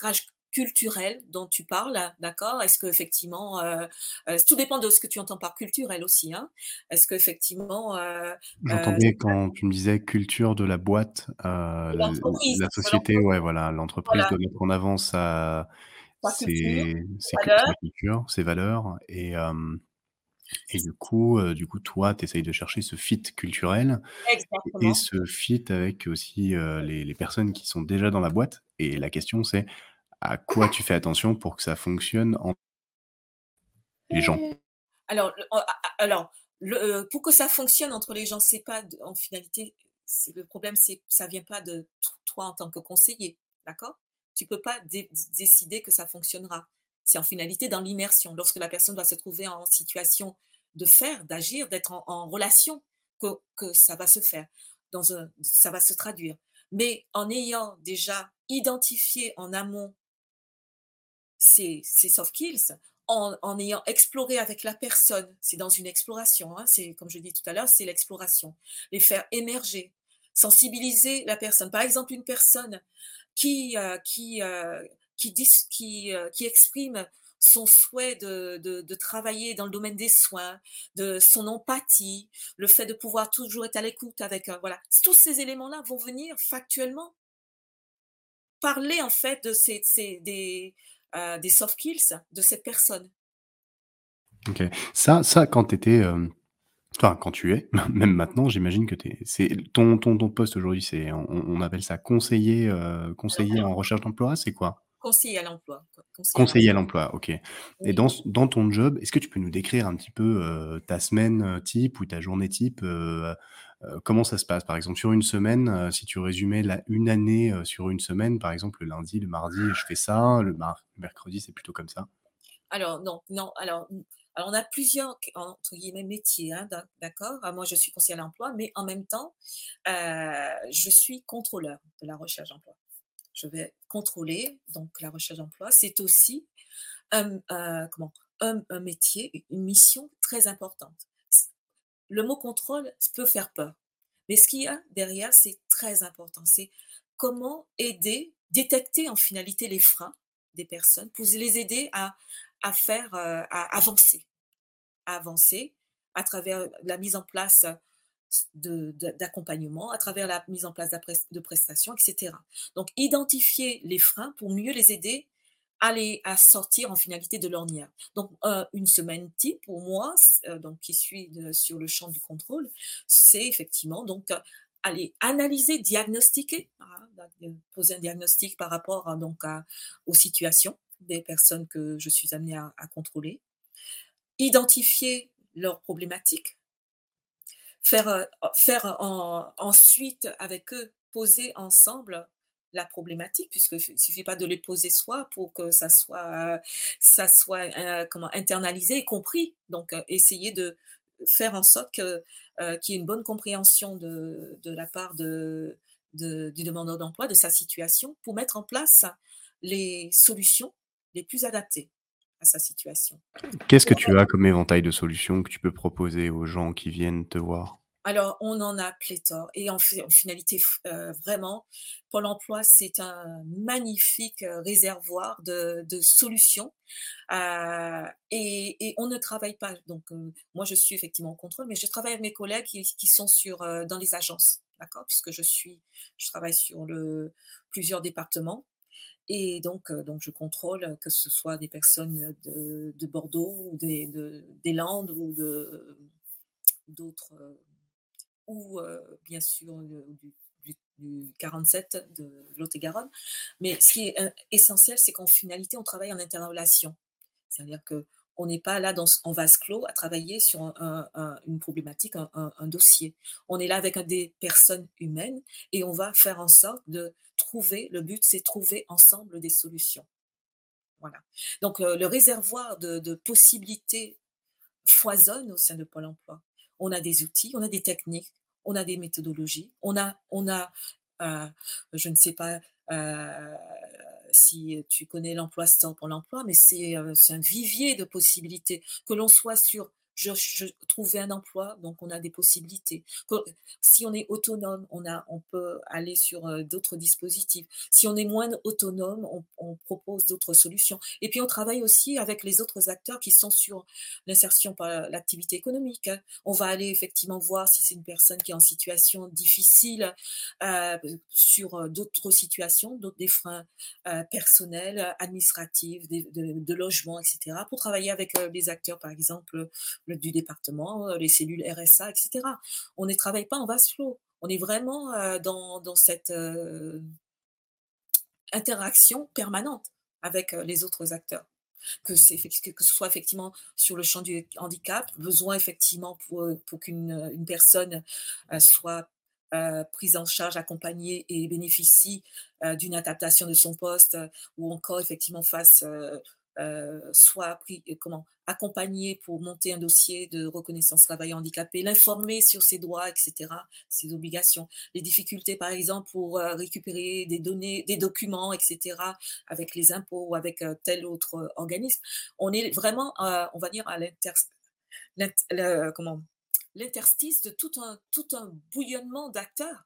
culturel dont tu parles, d'accord? Est-ce qu'effectivement, heu heu, tout dépend de ce que tu entends par culturel aussi, hein. Est-ce qu'effectivement, heu heu, J'entendais quand tu me disais culture de la boîte, heu, de l l'entreprise, la de société, l'entreprise, ouais, voilà, l'entreprise voilà, doit mettre en avant sa sa culture, ses ses ses cu valeurs, sa culture, ses valeurs et hem et du coup, heu, du coup, toi, tu essayes de chercher ce fit culturel et exactement. ce fit avec aussi, heu, les les personnes qui sont déjà dans la boîte et la question c'est: à quoi tu fais attention pour que ça fonctionne entre les gens? Alors le a a alors le, heu, pour que ça fonctionne entre les gens, c'est pas d en finalité, c'est le problème, c'est ça vient pas de t toi en tant que conseiller, d'accord? Tu peux pas dé décider que ça fonctionnera. C'est en finalité dans l'immersion, lorsque la personne va se trouver en situation de faire, d'agir, d'être en en relation que que ça va se faire, dans un ça va se traduire. Mais en ayant déjà identifié en amont ces ces soft skills, en en ayant exploré avec la personne, c'est dans une exploration, hein, c'est comme je dis tout à l'heure, c'est l'exploration. Les faire émerger, sensibiliser la personne. Par exemple, une personne qui, heu, qui, heu, qui dis qui, heu, qui exprime son souhait de de de travailler dans le domaine des soins, de son empathie, le fait de pouvoir toujours être à l'écoute avec, heu, voilà. Tous ces éléments-là vont venir factuellement parler en fait de ces ces des, heu, des soft skills de cette personne. OK. Ça ça quand tu étais, hem, enfin quand tu es, même maintenant, j'imagine que tu c'est ton ton ton poste aujourd'hui, c'est on on appelle ça conseiller, heu, Alors conseiller en recherche d'emploi, c'est quoi? conseiller à l'emploi, quoi, conseiller à Conseiller l'emploi. à l'emploi, OK. Et Oui. dans ce dans ton job, est-ce que tu peux nous décrire un petit peu, heu, ta semaine, heu, type ou ta journée type? Heu heu, comment ça se passe? Par exemple, sur une semaine, heu, si tu résumais la une année, heu, sur une semaine, par exemple, le lundi, le mardi, je fais ça, le mar mercredi, c'est plutôt comme ça? Alors non, non, alors, mmh, alors on a plusieurs q entre guillemets «métiers», hein, d'ac d'accord? Ah moi je suis conseillère à l'emploi, mais en même temps, heu, je suis contrôleur de la recherche d'emploi. Je vais contrôler donc la recherche d'emploi. C'est aussi un heu, comment? Un un métier, une mission très importante. C Le mot contrôle peut faire peur, mais ce qu'il y a derrière, c'est très important. C'est comment aider, détecter en finalité les freins des personnes pour les aider à à faire, heu, à avancer, à avancer à travers la mise en place de de d'accompagnement, à travers la mise en place d'après de prestations et cetera. Donc identifier les freins pour mieux les aider à les à sortir en finalité de l'ornière. Donc heu, une semaine type pour moi, c heu, donc qui suit de sur le champ du contrôle, c'est effectivement donc, heu, aller analyser, diagnostiquer, voilà, da de poser un diagnostic par rapport à donc à aux situations des personnes que je suis amenée à à contrôler. Identifier leurs problématiques, faire, heu, faire en ensuite avec eux, poser ensemble la problématique puisque f il suffit pas de les poser soi pour que ça soit, heu, ça soit, heu, comment? Internalisé et compris. Donc, heu, essayer de faire en sorte que, heu, qu'il y ait une bonne compréhension de de la part de de du demandeur d'emploi, de sa situation, pour mettre en place les solutions les plus adaptées à sa situation. Qu'est-ce que tu as comme éventail de solutions que tu peux proposer aux gens qui viennent te voir? Alors, on en a pléthore et en fi en finalité, f heu, vraiment, Pôle emploi, c'est un magnifique, heu, réservoir de de solutions, heu et et on ne travaille pas donc heu, moi, je suis effectivement au contrôle, mais je travaille avec mes collègues qui qui sont sur, heu, dans les agences, d'accord? Puisque je suis je travaille sur le plusieurs départements et donc heu, donc je contrôle, que ce soit des personnes, de de Bordeaux ou des de des Landes ou de d'autres, heu ou heu, bien sûr, heu, du du du quarante-sept de Lot-et-Garonne. Mais ce qui est, heu, essentiel, c'est qu'en finalité, on travaille en interrelation. C'est-à-dire qu'on n'est pas là dans ce en vase clos à travailler sur un un un une problématique, un un un dossier. On est là avec un des personnes humaines et on va faire en sorte de trouver le but, c'est trouver ensemble des solutions. Voilà. Donc heu, le réservoir de de possibilités foisonne au sein de Pôle emploi. On a des outils, on a des techniques, on a des méthodologies, on a on a, heu, je ne sais pas, heu, si tu connais l'Emploi Store pour l'emploi, mais c'est, heu, c'est un vivier de possibilités. Que l'on soit sur je je trouver un emploi, donc on a des possibilités. Co Si on est autonome, on a on peut aller sur, heu, d'autres dispositifs. Si on est moins autonome, on on propose d'autres solutions et puis on travaille aussi avec les autres acteurs qui sont sur l'insertion par l'activité économique, hein. On va aller effectivement voir si c'est une personne qui est en situation difficile, heu, sur, heu, d'autres situations, d'autres des freins, heu, personnels, administratifs, des de de logement et cetera, pour travailler avec, heu, les acteurs, par exemple, le du département, heu, les cellules R S A et cetera. On ne travaille pas en vase clos. On est vraiment, heu, dans dans cette, heu, interaction permanente avec, heu, les autres acteurs. Que c'est effecti que que ce soit effectivement sur le champ du handicap, besoin effectivement pour, heu, pour qu'une, heu, une personne, heu, soit, heu, prise en charge, accompagnée et bénéficie, heu, d'une adaptation de son poste, heu, ou encore effectivement fasse, heu heu, soit pris euh, comment? Accompagnée pour monter un dossier de reconnaissance travailleur handicapé, l'informer sur ses droits et cetera, ses obligations. Les difficultés par exemple pour, heu, récupérer des données, des documents et cetera, avec les impôts ou avec, heu, tel autre, heu, organisme. On est vraiment, heu, on va dire à l'inter l'int le comment? L'interstice de tout un tout un bouillonnement d'acteurs.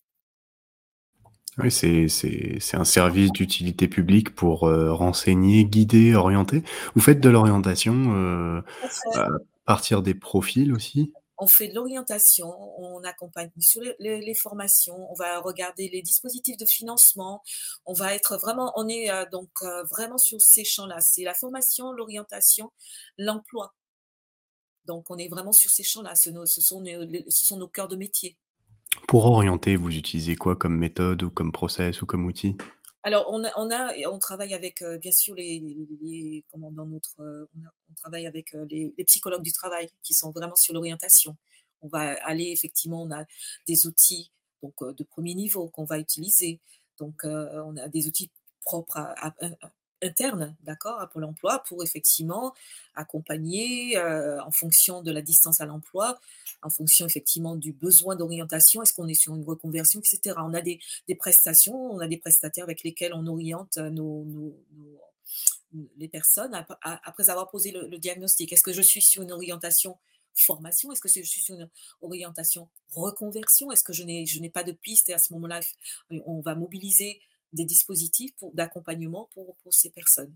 Oui, c'est c'est c'est un service d'utilité publique pour, heu, renseigner, guider, orienter. Vous faites de l'orientation, heu, On fait à partir des profils aussi? on fait de l'orientation, on accompagne sur les les les formations, on va regarder les dispositifs de financement, on va être vraiment on est, heu, donc heu, vraiment sur ces champs-là. C'est la formation, l'orientation, l'emploi. Donc on est vraiment sur ces champs-là, ce nos ce sont nos les ce sont nos cœurs de métier. Pour orienter, vous utilisez quoi comme méthode ou comme process ou comme outil? Alors on a on a et on travaille avec, heu, bien sûr les les les comment dans notre, heu, on a on travaille avec, heu, les les psychologues du travail qui sont vraiment sur l'orientation. On va aller effectivement, on a des outils donc, heu, de premier niveau qu'on va utiliser. Donc, heu, on a des outils propres à à in internes, d'accord, à Pôle emploi pour effectivement accompagner, heu, en fonction de la distance à l'emploi, en fonction effectivement du besoin d'orientation. Est-ce qu'on est sur une reconversion et cetera? On a des des prestations, on a des prestataires avec lesquels on oriente, heu, nos nos nos les personnes ap a après avoir posé le le diagnostic. Est-ce que je suis sur une orientation formation? Est-ce que je suis sur une orientation reconversion? Est-ce que je n'ai je n'ai pas de piste? Et à ce moment-là, f on va mobiliser des dispositifs pour d'accompagnement pour pour ces personnes.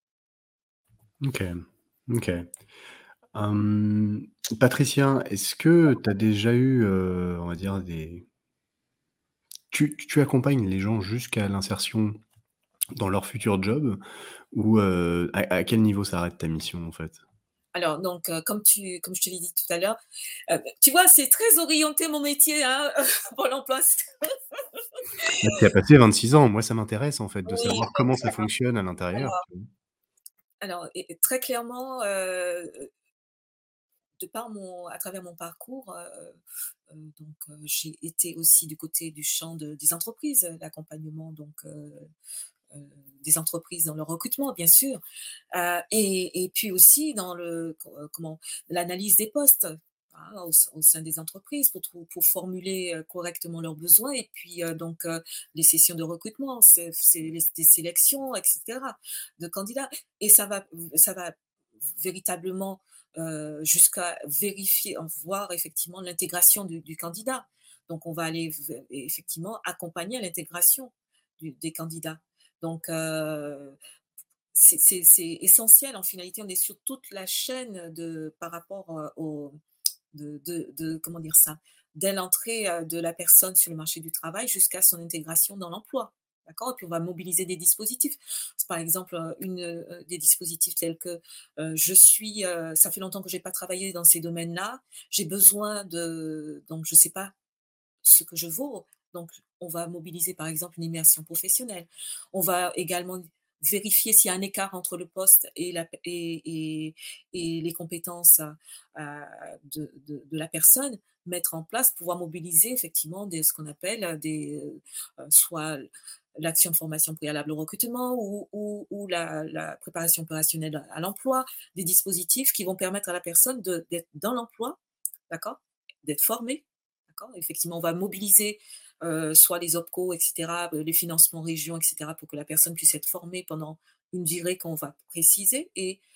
OK, OK. Hem, Patricia, est-ce que tu as déjà eu, heu, on va dire des tu tu accompagnes les gens jusqu'à l'insertion dans leur futur job ou, heu, à à quel niveau s'arrête ta mission, en fait? Alors donc, heu, comme tu comme je te l'ai dit tout à l'heure, heu, tu vois, c'est très orienté mon métier, hein, Pôle emploi. Bah, tu y as passé vingt-six ans. Moi, ça m'intéresse, en fait, de Oui, savoir comment ça fonctionne à l'intérieur, alors tu vois? alors et et très clairement, heu, de par mon à travers mon parcours, heu heu, donc heu, j'ai été aussi du côté du champ de des entreprises, l'accompagnement donc heu heu, des entreprises dans le recrutement bien sûr, heu et et puis aussi dans le co heu, comment? L'analyse des postes, hein, au sein au sein des entreprises pour trou pour formuler, heu, correctement leurs besoins et puis, heu, donc heu, les sessions de recrutement, c'est c'est les des sélections et cetera de candidats et ça va ça va véritablement, heu, jusqu'à vérifier, en voir effectivement l'intégration du du candidat. Donc on va aller v effectivement accompagner à l'intégration du des candidats. Donc heu, c'est c'est c'est essentiel en finalité, on est sur toute la chaîne de par rapport, heu, au de de de comment dire ça? Dès l'entrée, heu, de la personne sur le marché du travail jusqu'à son intégration dans l'emploi. D'accord? Et puis on va mobiliser des dispositifs. C'est par exemple, heu, une, heu, des dispositifs tels que, heu, je suis, heu, ça fait longtemps que j'ai pas travaillé dans ces domaines-là, j'ai besoin de donc je sais pas ce que je vaux. Donc, on va mobiliser par exemple une immersion professionnelle. On va également vérifier s'il y a un écart entre le poste et, la, et, et, et les compétences euh, de, de, de, la personne, mettre en place, pouvoir mobiliser effectivement des, ce qu'on appelle des, euh, soit l'action de formation préalable au recrutement ou, ou, ou la, la, préparation opérationnelle à l'emploi, des dispositifs qui vont permettre à la personne de, d'être dans l'emploi, d'accord, d'être formée. Effectivement, on va mobiliser euh, soit les OPCO, et cetera, les financements région, et cetera, pour que la personne puisse être formée pendant une durée qu'on va préciser et,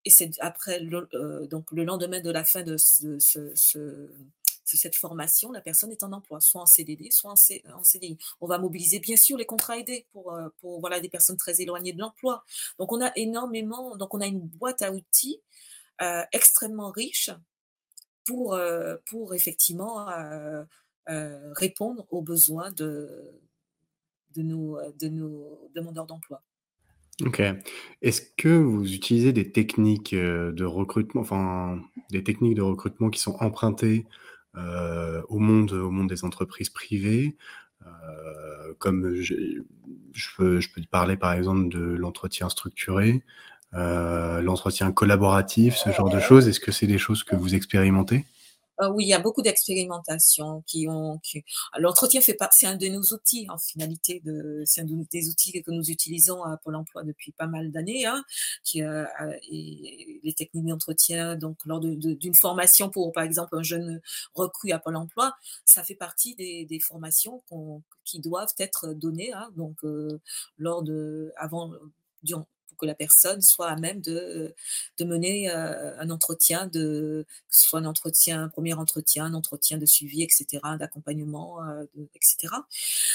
et c'est après le heu, donc le lendemain de la fin de ce ce ce de cette formation, la personne est en emploi, soit en C D D, soit en C en C D I. On va mobiliser bien sûr les contrats aidés pour, heu, pour voilà des personnes très éloignées de l'emploi. Donc on a énormément donc on a une boîte à outils, heu, extrêmement riche pour, heu, pour effectivement, heu heu, répondre aux besoins de de nos, heu, de nos demandeurs d'emploi. OK. Est-ce que vous utilisez des techniques, heu, de recrutement, enfin, des techniques de recrutement qui sont empruntées, heu, au monde au monde des entreprises privées? Heu, comme j'ai je peux je peux te parler par exemple de l'entretien structuré, heu, l'entretien collaboratif, ce genre de choses. Est-ce que c'est des choses que vous expérimentez? Heu, oui, il y a beaucoup d'expérimentations qui ont qui l'entretien fait pas c'est un de nos outils en finalité de c'est un de des outils que nous utilisons à Pôle emploi depuis pas mal d'années, hein, qui, heu, a et les techniques d'entretien donc lors de de d'une formation pour, par exemple, un jeune recrue à Pôle emploi, ça fait partie des des formations qu'on qui doivent être données, hein, donc heu, lors de avant, durant pour que la personne soit à même de, de mener, heu, un entretien de que ce soit un entretien, un premier entretien, un entretien de suivi, et cetera, d'accompagnement, heu, de et cetera.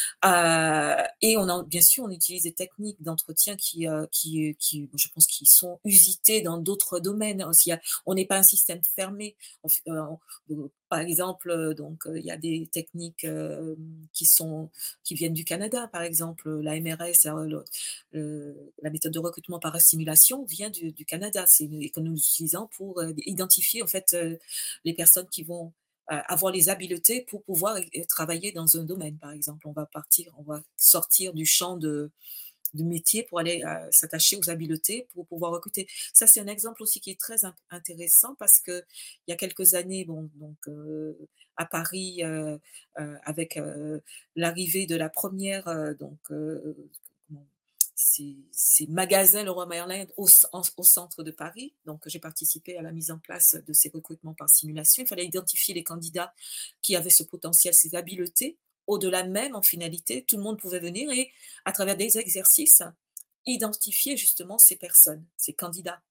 Heu et on a bien sûr, on utilise des techniques d'entretien qui, heu, qui qui je pense qui sont usitées dans d'autres domaines aussi. Il y a on n'est pas un système fermé. On f heu, on par exemple, heu, donc heu, il y a des techniques, hem, qui sont qui viennent du Canada, par exemple, la M R S, heu, le le la méthode de recrutement par assimilation vient du du Canada. C'est une et que nous utilisons pour, heu, identifier en fait, heu, les personnes qui vont heu, avoir les habiletés pour pouvoir e et travailler dans un domaine, par exemple. On va partir on va sortir du champ de de métier pour aller, heu, s'attacher aux habiletés pour pouvoir recruter. Ça, c'est un exemple aussi qui est très int intéressant parce qu'il y a quelques années, bon, donc heu, à Paris, heu heu, avec, heu, l'arrivée de la première re donc heu, comment ces ces magasins Leroy Merlin au cen au centre de Paris. Donc j'ai participé à la mise en place de ces recrutements par simulation. Il fallait identifier les candidats qui avaient ce potentiel, ces habiletés. Au-delà même, en finalité, tout le monde pouvait venir et à travers des exercices, identifier justement ces personnes, ces candidats.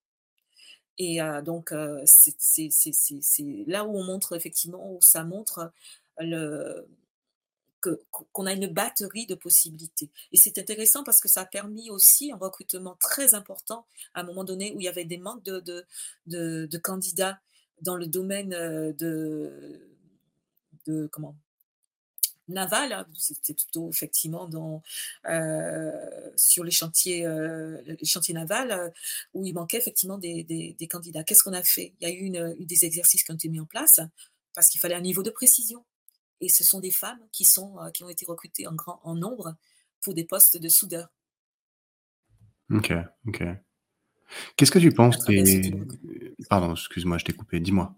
Et heu, donc heu, c'est c'est c'est c'est c'est là où on montre effectivement, où ça montre le que qu'on a une batterie de possibilités. Et c'est intéressant parce que ça a permis aussi un recrutement très important à un moment donné où il y avait des manques de de de de candidats dans le domaine, heu, de de comment? Naval, hein, c'était plutôt effectivement dans, heu, sur les chantiers, heu, les chantiers navals, heu, où il manquait effectivement des des des candidats. Qu'est-ce qu'on a fait? Il y a eu une, eu des exercices qui ont été mis en place parce qu'il fallait un niveau de précision. Et ce sont des femmes qui sont, heu, qui ont été recrutées en grand en nombre pour des postes de soudeurs OK, OK. Qu'est-ce que tu à penses travers ce des outil de recrutement. pardon, excuse-moi, je t'ai coupé, dis-moi.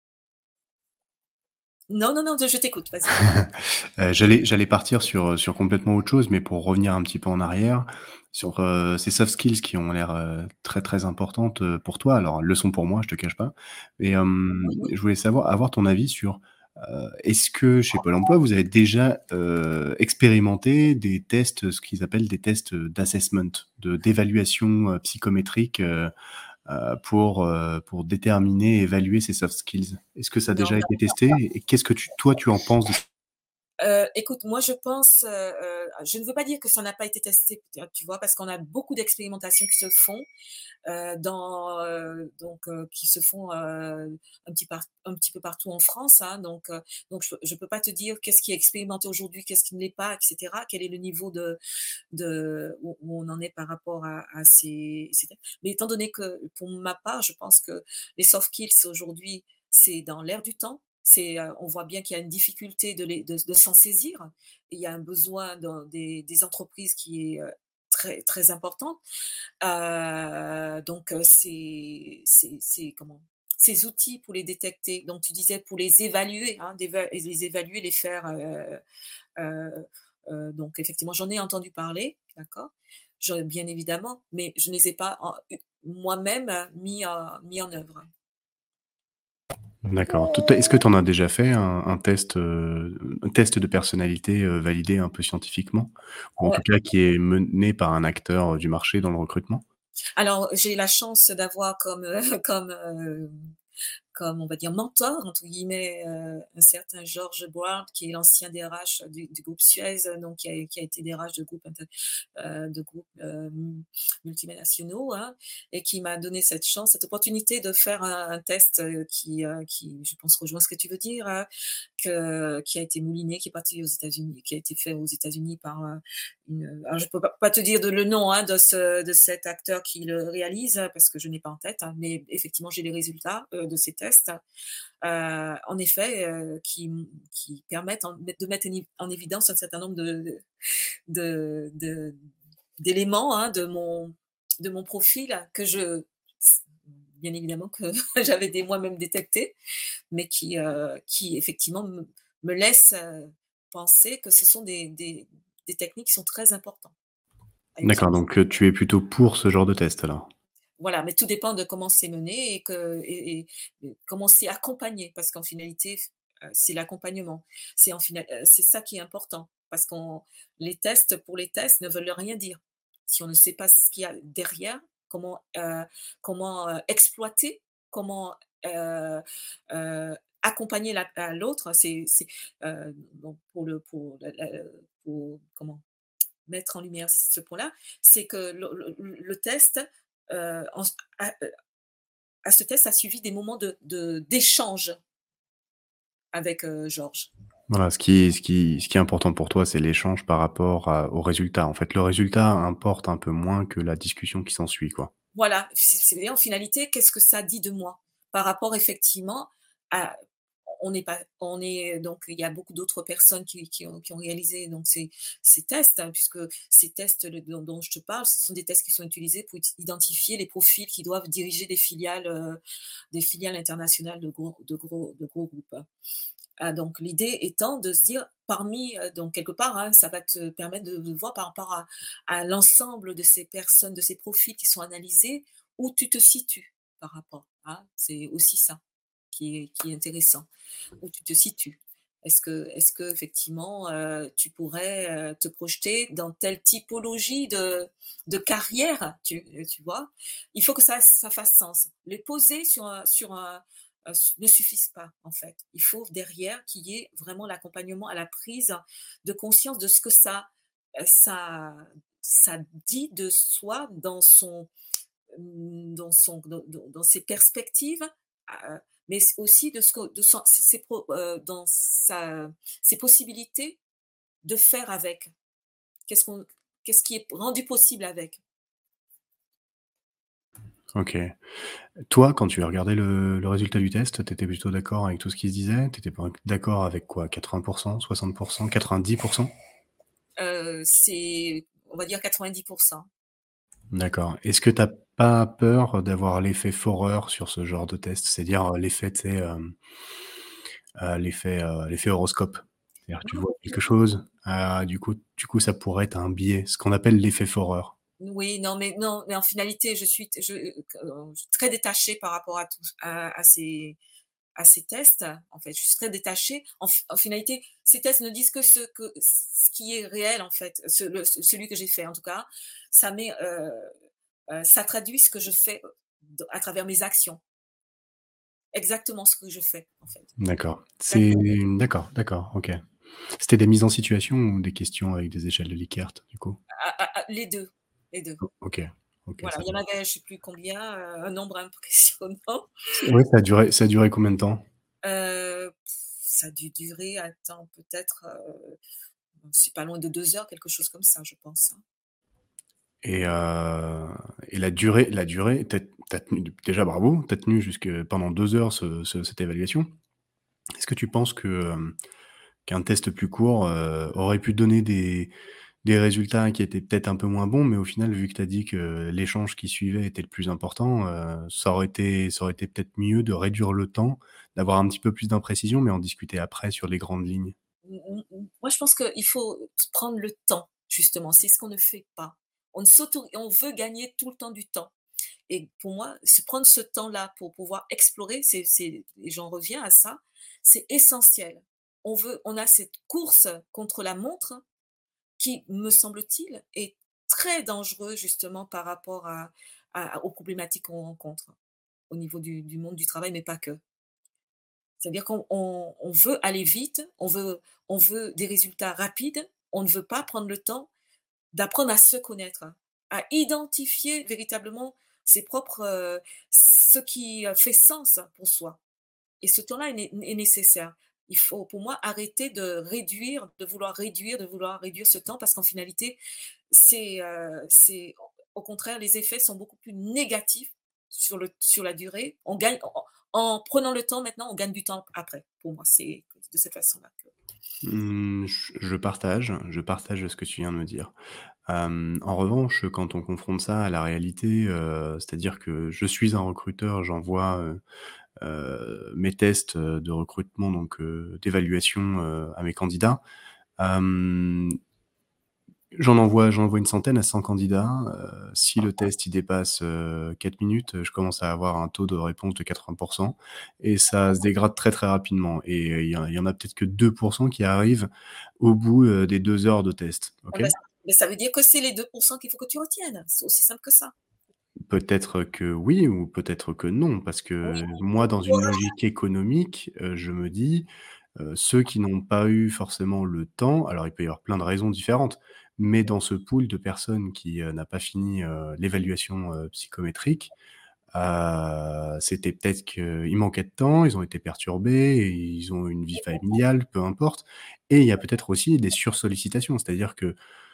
Non, non, non, je t'écoute, vas-y. Heu, j'allais j'allais partir sur, heu, sur complètement autre chose, mais pour revenir un petit peu en arrière, sur, heu, ces soft skills qui ont l'air, heu, très, très importantes, heu, pour toi. Alors, elles le sont pour moi, je te cache pas. Et hem, Oui, je voulais savoir avoir ton avis sur, heu, est-ce que chez Pôle emploi, vous avez déjà, heu, expérimenté des tests, ce qu'ils appellent des tests, heu, d'assessment, de d'évaluation, heu, psychométrique, heu heu, pour, heu, pour déterminer et évaluer ces soft skills? Est-ce que ça a non. déjà été testé et qu'est-ce que tu toi, tu en penses de Heu, écoute, moi je pense, heu heu, je ne veux pas dire que ça n'a pas été testé, tu vois? Parce qu'on a beaucoup d'expérimentations qui se font, heu, dans, heu, donc heu, qui se font, heu, un petit par un petit peu partout en France, hein, donc heu, donc je je peux pas te dire qu'est-ce qui est expérimenté aujourd'hui, qu'est-ce qui ne l'est pas, et cetera. Quel est le niveau de de où où on en est par rapport à à ces ces mais étant donné que, pour ma part, je pense que les soft skills aujourd'hui, c'est dans l'air du temps. C'est, heu, on voit bien qu'il y a une difficulté de les de de s'en saisir. Et il y a un besoin dans des des entreprises qui est, heu, très très important. Heu, donc heu, c'est c'est c'est comment? Ces outils pour les détecter, donc tu disais pour les évaluer, hein, d'éva les évaluer, les faire, heu heu heu, donc effectivement, j'en ai entendu parler, d'accord? Je bien évidemment, mais je ne les ai pas en moi-même mis en mis en œuvre. D'accord. T est-ce que tu en as déjà fait un un test, heu, un test de personnalité, heu, validé un peu scientifiquement? Ou en Ouais. tout cas qui est mené par un acteur, heu, du marché dans le recrutement? Alors, j'ai la chance d'avoir comme, heu, comme, heu, comme on va dire «mentor» entre guillemets, heu, un certain George Brown qui est l'ancien D R H du du groupe Suez, donc qui a qui a été D R H de groupes inter heu, de groupes, hem, multinationaux, hein, et qui m'a donné cette chance, cette opportunité de faire un un test, heu, qui, heu, qui je pense rejoint ce que tu veux dire, hein, que qui a été mouliné, qui est parti aux États-Unis, qui a été fait aux États-Unis par, heu, une, alors je peux pas pas te dire de le nom, hein, de ce de cet acteur qui le réalise, parce que je n'ai pas en tête, hein, mais effectivement j'ai les résultats, heu, de ces tests, heu, en effet, heu, qui m qui permettent en de mettre en en évidence un certain nombre de de de d'éléments, hein, de mon de mon profil que je bien évidemment que j'avais des moi-même détectés, mais qui, heu, qui effectivement me me laissent, heu, penser que ce sont des des des techniques qui sont très importantes à D'accord, utiliser. donc heu, tu es plutôt pour ce genre de test alors? Voilà, mais tout dépend de comment c'est mené et que et et et comment c'est accompagné parce qu'en finalité, heu, c'est l'accompagnement. C'est en final heu, c'est ça qui est important parce qu'on les tests pour les tests ne veulent rien dire. Si on ne sait pas ce qu'il y a derrière, comment, heu, comment, heu, exploiter, comment, heu heu, accompagner la à l'autre, c'est c'est, heu, donc pour le pour la la pour comment mettre en lumière ce point-là, c'est que le le le test, heu, en s à, heu, à ce test a suivi des moments de de d'échange avec, heu, Georges. Voilà, ce qui est ce qui ce qui est important pour toi, c'est l'échange par rapport à au résultat. En fait, le résultat importe un peu moins que la discussion qui s'ensuit, quoi. Voilà, c'est c'est en finalité, qu'est-ce que ça dit de moi? Par rapport effectivement à on n'est pas on est donc il y a beaucoup d'autres personnes qui qui ont qui ont réalisé donc ces ces tests, hein, puisque ces tests le dont dont je te parle, ce sont des tests qui sont utilisés pour iti identifier les profils qui doivent diriger des filiales, heu, des filiales internationales de gros de gros de gros groupes. Ah donc l'idée étant de se dire parmi, heu, donc quelque part, hein, ça va te permettre de de voir par rapport à à l'ensemble de ces personnes, de ces profils qui sont analysés, où tu te situes par rapport, hein. C'est aussi ça qui est qui est intéressant, où tu te situes. Est-ce que est-ce qu'effectivement, heu, tu pourrais, heu, te projeter dans telle typologie de de carrière, tu tu vois? Il faut que ça ça fasse sens. Les poser sur un sur un heu, ne suffisent pas, en fait. Il faut derrière qu'il y ait vraiment l'accompagnement à la prise de conscience de ce que ça, heu, ça ça dit de soi dans son, mmh, dans son dans dans dans ses perspectives, heu, mais c aussi de ce que de son ses pro heu, dans sa ses possibilités de faire avec. Qu'est-ce qu'on qu'est-ce qui est rendu possible avec? OK. Toi, quand tu as regardé le le résultat du test, tu étais plutôt d'accord avec tout ce qui se disait? Tu étais pas d'accord avec quoi? quatre-vingts, soixante, quatre-vingt-dix? Heu, c'est on va dire quatre-vingt-dix. D'accord. Est-ce que tu as pas peur d'avoir l'effet Forer sur ce genre de test? C'est-à-dire, heu, l'effet, tu sais, hem, heu, l'effet, heu, l'effet horoscope. C'est-à-dire que tu vois quelque chose, heu, du coup du coup ça pourrait être un biais, ce qu'on appelle l'effet Forer. Oui, non, mais non, mais en finalité, je suis je, heu, je suis très détachée par rapport à tout à à ces à ces tests. En fait, je suis très détachée. En f en finalité, ces tests ne disent que ce que ce qui est réel, en fait, ce le celui que j'ai fait, en tout cas. Ça met, heu heu, ça traduit ce que je fais, d à travers mes actions. Exactement ce que je fais, en fait. D'accord. C'est Exactement. d'accord, d'accord, OK. C'était des mises en situation ou des questions avec des échelles de Likert, du coup? À à à les deux, les deux. O OK, OK, Voilà, ça il y en marche. avait je sais plus combien, heu, un nombre impressionnant. C'est ouais, ça a duré ça a duré combien de temps? Heu, ça a dû durer, attends, peut-être, heu, c'est pas loin de deux heures, quelque chose comme ça, je pense, hein. Et heu et la durée la durée, tu as tu as tenu déjà bravo, tu as tenu jusque pendant deux heures ce ce cette évaluation. Est-ce que tu penses que, hem, qu'un test plus court, heu, aurait pu donner des des résultats qui étaient peut-être un peu moins bons, mais au final, vu que tu as dit que l'échange qui suivait était le plus important, heu, ça aurait été ça aurait été peut-être mieux de réduire le temps, d'avoir un petit peu plus d'imprécision, mais en discuter après sur les grandes lignes? Mmh mh, mmh. Moi, je pense qu'il faut prendre le temps, justement, c'est ce qu'on ne fait pas. On ne s'auto on veut gagner tout le temps du temps et pour moi, se prendre ce temps-là pour pouvoir explorer, c'est c'est et j'en reviens à ça, c'est essentiel. On veut on a cette course contre la montre qui, me semble-t-il, est très dangereux justement par rapport à à aux problématiques qu'on rencontre au niveau du du monde du travail, mais pas que. C'est-à-dire qu'on on on veut aller vite, on veut on veut des résultats rapides, on ne veut pas prendre le temps d'apprendre à se connaître, hein, à identifier véritablement ses propres, heu, ce qui, heu, fait sens pour soi et ce temps-là est né est nécessaire. Il faut pour moi arrêter de réduire, de vouloir réduire, de vouloir réduire ce temps parce qu'en finalité, c'est, heu, c'est au contraire, les effets sont beaucoup plus négatifs sur le sur la durée. On gagne en en prenant le temps maintenant, on gagne du temps après. Pour moi, c'est de cette façon-là que Mmh, je je partage, je partage ce que tu viens de me dire. Hem, en revanche, quand on confronte ça à la réalité, heu, c'est-à-dire que je suis un recruteur, j'envoie, heu heu, mes tests, heu, de recrutement donc heu, d'évaluation, heu, à mes candidats. Hem, j'en envoie j'en envoie une centaine à cent candidats, heu, si le test il dépasse, heu, quatre minutes, je commence à avoir un taux de réponse de quatre-vingts et ça se dégrade très, très rapidement et heu, il y en il y en a peut-être que deux qui arrivent au bout, heu, des deux heures de test, ah OK? bah, mais ça veut dire que c'est les deux qu'il faut que tu retiennes. C'est aussi simple que ça. Peut-être que oui ou peut-être que non, parce Oui, que moi, dans une logique économique, heu, je me dis, heu, ceux qui n'ont pas eu forcément le temps, alors il peut y avoir plein de raisons différentes, mais dans ce pool de personnes qui, heu, n'a pas fini, heu, l'évaluation, heu, psychométrique, heu, c'était peut-être qu'il manquait de temps, ils ont été perturbés, et ils ont une vie familiale, peu importe, et il y a peut-être aussi des sursollicitations. C'est-à-dire que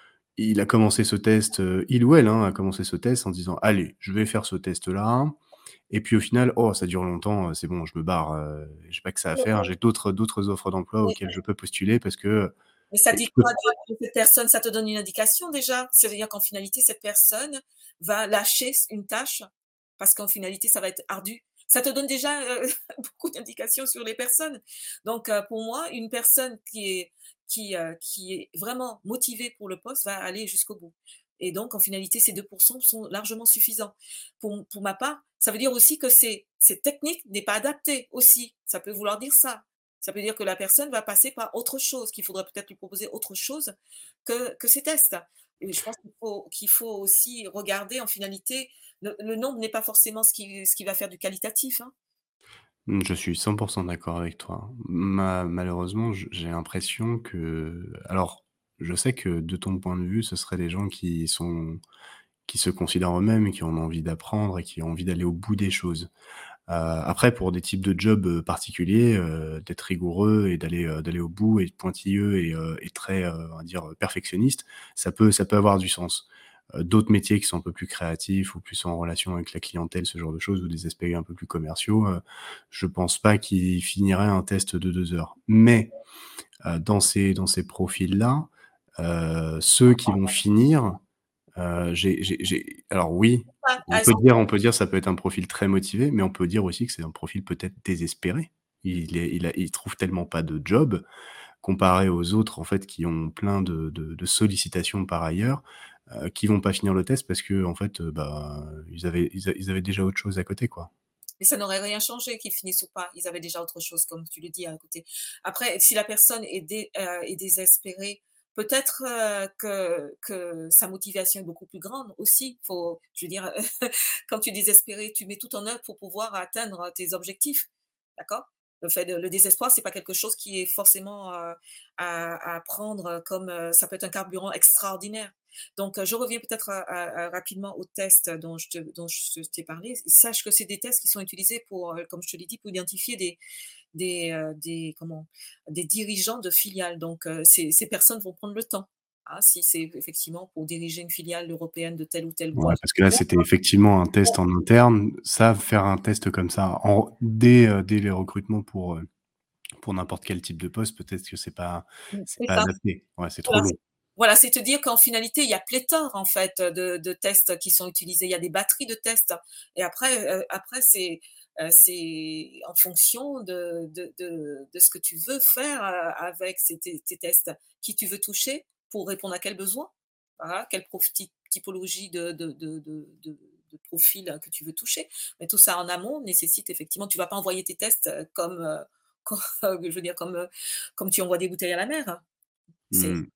il a commencé ce test, heu, il ou elle, hein, a commencé ce test en disant: «Allez, je vais faire ce test-là» et puis au final: «Oh, ça dure longtemps, heu, c'est bon, je me barre, heu, j'ai pas que ça à mais faire, j'ai d'autres d'autres offres d'emploi mais auxquelles je peux postuler parce que, mais ça et dit je peux». quoi de de cette personne? Ça te donne une indication déjà? C'est-à-dire qu'en finalité, cette personne va lâcher s une tâche parce qu'en finalité, ça va être ardu. Ça te donne déjà, heu, beaucoup d'indications sur les personnes. Donc heu, pour moi, une personne qui est qui, heu, qui est vraiment motivée pour le poste va aller jusqu'au bout et donc en finalité, ces deux sont largement suffisants. Pour pour ma part, ça veut dire aussi que ces cette technique n'est pas adaptée aussi. Ça peut vouloir dire ça. Ça veut dire que la personne va passer par autre chose, qu'il faudrait peut-être lui proposer autre chose que que ces tests et je pense qu'il faut qu'il faut aussi regarder en finalité le le nombre n'est pas forcément ce qui ce qui va faire du qualitatif, hein. Mmh, je suis cent d'accord avec toi. Ma malheureusement, j j'ai l'impression que, alors, je sais que de ton point de vue, ce seraient des gens qui sont qui se considèrent eux-mêmes et qui ont envie d'apprendre et qui ont envie d'aller au bout des choses. Heu, après pour des types de jobs, heu, particuliers, heu, d'être rigoureux et d'aller, heu, d'aller au bout et pointilleux et heu et très, heu, on va dire, heu, perfectionniste, ça peut ça peut avoir du sens. Heu, d'autres métiers qui sont un peu plus créatifs ou plus en relation avec la clientèle, ce genre de choses, ou des aspects un peu plus commerciaux, heu, je pense pas qu'ils finiraient un test de deux heures. Mais, heu, dans ces dans ces profils-là, heu, ceux qui vont finir, Heu, j'ai j'ai j'ai alors oui, Ah, on ah, peut dire on peut dire ça peut être un profil très motivé, mais on peut dire aussi que c'est un profil peut-être désespéré. Il est il a il trouve tellement pas de job, comparé aux autres en fait qui ont plein de de de sollicitations par ailleurs, heu, qui vont pas finir le test parce qu'en fait, heu, bah, ils avaient ils a ils avaient déjà autre chose à côté, quoi. mais ça n'aurait rien changé qu'ils finissent ou pas. Ils avaient déjà autre chose, comme tu le dis, à côté. Après, si la personne est dé heu, est désespérée, peut-être, heu, que que sa motivation est beaucoup plus grande aussi. Faut je veux dire, quand tu es désespéré, tu mets tout en œuvre pour pouvoir atteindre tes objectifs, d'accord? Le fait de le désespoir, c'est pas quelque chose qui est forcément, heu, à à prendre comme, heu, ça peut être un carburant extraordinaire. Donc, heu, je reviens peut-être à à à rapidement aux tests dont je te dont je t'ai parlé. Sache que c'est des tests qui sont utilisés pour, heu, comme je te l'ai dit, pour identifier des des, heu, des comment? Des dirigeants de filiales. Donc, heu, ces ces personnes vont prendre le temps, hein, si c'est effectivement pour diriger une filiale européenne de telle ou telle Ouais, boîte. parce que là, c'était effectivement un test en interne. Ça, faire un test comme ça en dès, heu, dès les recrutements pour, heu, pour n'importe quel type de poste, peut-être que c'est pas Mmh, c'est c'est pas ça. adapté. Ouais, c'est trop Voilà, long. c'est voilà, c'est te dire qu'en finalité, il y a pléthore, en fait, de de tests qui sont utilisés. Il y a des batteries de tests et après, heu, après c'est, heu, c'est en fonction de de de de ce que tu veux faire, heu, avec ces tes tes tests. Qui tu veux toucher pour répondre à quel besoin? Voilà, quelle prof ty typologie de de de de de de profil que tu veux toucher. Mais tout ça en amont nécessite effectivement tu vas pas envoyer tes tests, heu, comme, heu, co je veux dire comme, heu, comme tu envoies des bouteilles à la mer. C'est Mmh.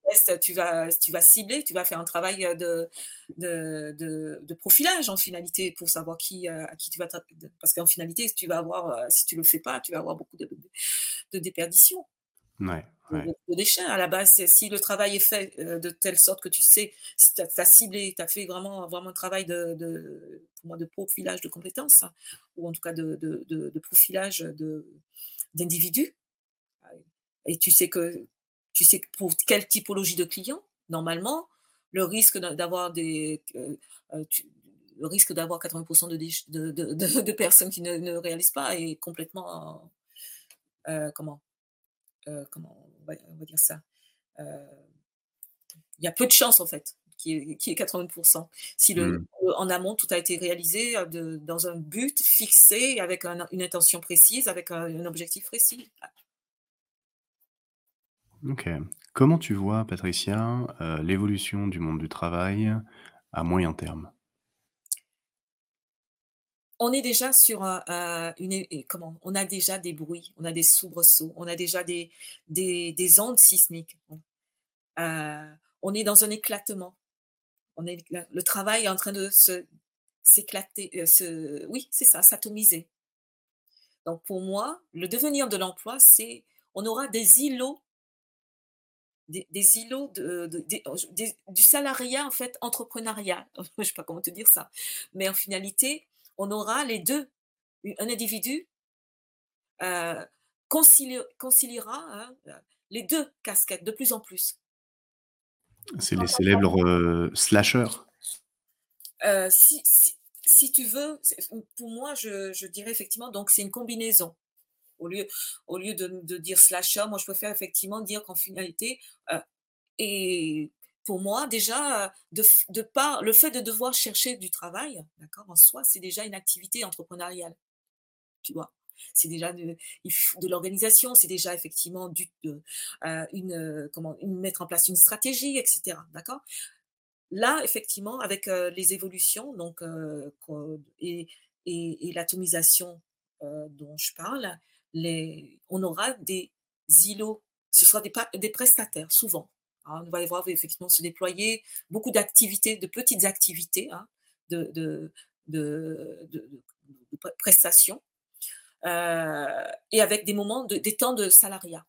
reste, tu vas tu vas cibler, tu vas faire un travail, heu, de de de de profilage en finalité pour savoir qui, heu, à qui tu vas t'att de parce qu'en finalité, si tu vas avoir, heu, si tu le fais pas, tu vas avoir beaucoup de de de déperdition, Ouais, de ouais. de de déchets. À la base, c'est si le travail est fait, heu, de telle sorte que tu sais, si tu as ciblé, tu as fait vraiment vraiment un travail de de pour moi de profilage de compétences, hein, ou en tout cas de de de de profilage, de d'individus. Et tu sais que tu sais que pour quelle typologie de clients, normalement, le risque d'a d'avoir des, heu heu, tu le risque d'avoir quatre-vingts de déch de de de de personnes qui ne ne réalisent pas est complètement, heu, comment, heu, comment on va on va dire ça? Heu, il y a peu de chances en fait qu'il y ait qu'il y ait quatre-vingts. Si le Mmh. en amont, tout a été réalisé, heu, de dans un but fixé, avec un une intention précise, avec un un objectif précis. OK. Comment tu vois, Patricia, heu, l'évolution du monde du travail à moyen terme? On est déjà sur un un une é et comment? On a déjà des bruits, on a des soubresauts, on a déjà des des des ondes sismiques. Heu, on est dans un éclatement. On est le le travail est en train de se s'éclater, heu, se oui, c'est ça, s'atomiser. Donc pour moi, le devenir de l'emploi, c'est on aura des îlots des des îlots de de des des du salariat, en fait, entrepreneurial. Je sais pas comment te dire ça. Mais en finalité, on aura les deux. U un individu heu, concilie conciliera, hein, heu, les deux casquettes de plus en plus. C'est les célèbres, heu, slasheurs? Heu, si si si tu veux, c'est pour moi, je je dirais effectivement donc c'est une combinaison. Au lieu au lieu de de dire slasher, moi je préfère effectivement dire qu'en finalité, heu et pour moi déjà, heu, de f de par le fait de devoir chercher du travail, d'accord, en soi, c'est déjà une activité entrepreneuriale. Tu vois? C'est déjà de il faut de l'organisation, c'est déjà effectivement du de, heu, une, heu, comment une mettre en place une stratégie et cetera, d'accord? Là, effectivement, avec, heu, les évolutions donc heu, qu'on et et et l'atomisation, heu, dont je parle, les on aura des îlots. Ce sera des pa des prestataires souvent, hein. On va y voir effectivement se déployer beaucoup d'activités, de petites activités, hein, de de de de de de pre prestations. Heu et avec des moments de des temps de salariat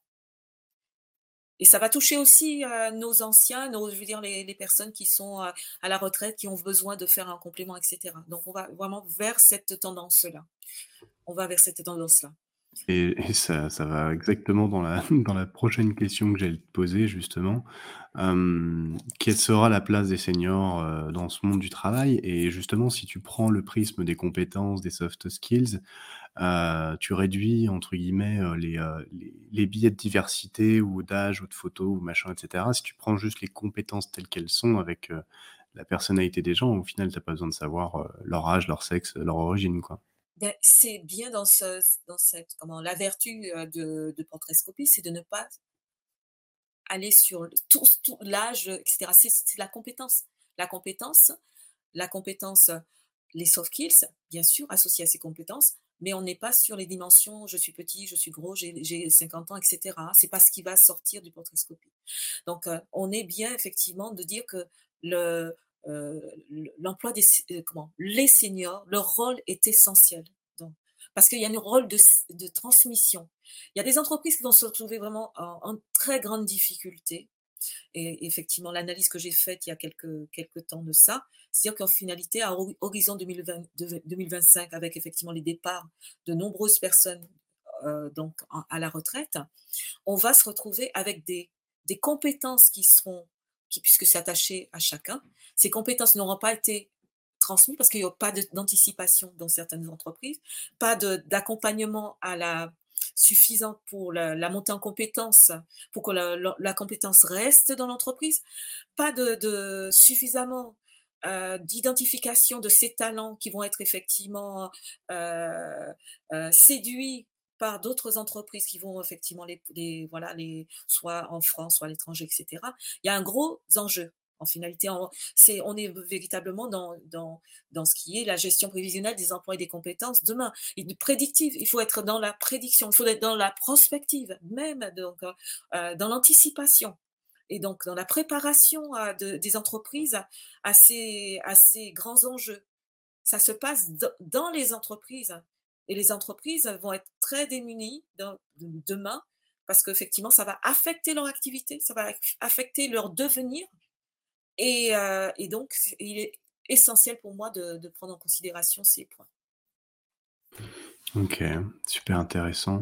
et ça va toucher aussi, heu, nos anciens, nos je veux dire les les personnes qui sont, heu, à la retraite, qui ont besoin de faire un complément et cetera. Donc on va vraiment vers cette tendance-là. On va vers cette tendance-là. Et et ça ça va exactement dans la dans la prochaine question que j'allais te poser justement. Hem, quelle sera la place des seniors, heu, dans ce monde du travail? Et justement, si tu prends le prisme des compétences, des soft skills, heu, tu réduis entre guillemets, heu, les, heu, les les biais de diversité ou d'âge ou de photos ou machin et cetera. Si tu prends juste les compétences telles qu'elles sont avec, heu, la personnalité des gens, au final, tu as pas besoin de savoir, heu, leur âge, leur sexe, leur origine, quoi. Beh, c'est bien dans ce dans cette comment la vertu, heu, de de Portraitscopie, c'est de ne pas aller sur le tout tout l'âge, et cetera. C'est c'est la compétence. La compétence la compétence, les soft skills, bien sûr, associées à ces compétences, mais on n'est pas sur les dimensions: «Je suis petit, je suis gros, j'ai j'ai cinquante ans» et cetera. C'est pas ce qui va sortir du Portraitscopie. Donc heu, on est bien effectivement de dire que le, heu, le l'emploi des s heu, comment? Les seniors, leur rôle est essentiel. Donc parce qu'il y a un rôle de s de transmission. Il y a des entreprises qui vont se retrouver vraiment en en très grande difficulté et effectivement, l'analyse que j'ai faite il y a quelques quelques temps de ça, c'est-à-dire qu'en finalité, à hori horizon deux mille vingt de deux mille vingt-cinq, avec effectivement les départs de nombreuses personnes, heu, donc en à la retraite, on va se retrouver avec des des compétences qui seront qui puisque c'est attaché à chacun, ces compétences n'auront pas été transmises parce qu'il y a pas de d'anticipation dans certaines entreprises, pas de d'accompagnement à la suffisante pour la la montée en compétences, pour que la la la compétence reste dans l'entreprise, pas de de suffisamment, heu, d'identification de ces talents qui vont être effectivement, heu heu, séduits par d'autres entreprises qui vont effectivement les les voilà, les soit en France, soit à l'étranger et cetera. Il y a un gros enjeu. En finalité, on c'est on est véritablement dans dans dans ce qui est la gestion prévisionnelle des emplois et des compétences demain et de prédictive. Il faut être dans la prédiction, il faut être dans la prospective même donc, heu heu, dans l'anticipation. et donc dans la préparation à de des entreprises à à ces à ces grands enjeux. Ça se passe dans dans les entreprises et les entreprises vont être très démunies dans de demain parce qu'effectivement, ça va affecter leur activité, ça va aff affecter leur devenir et heu et donc c'est il est essentiel pour moi de de prendre en considération ces points. OK, super intéressant.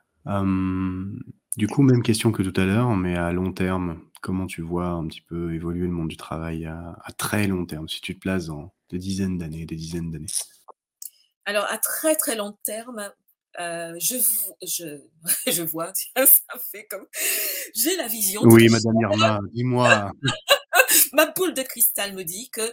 Hem, du coup, même question que tout à l'heure, mais à long terme, comment tu vois un petit peu évoluer le monde du travail à à très long terme? Si tu te places dans des dizaines d'années, des dizaines d'années. Alors à très, très long terme, heu, je vo je je vois, tiens, ça fait comme j'ai la vision Oui, très madame Irma, dis-moi. ma boule de cristal me dit que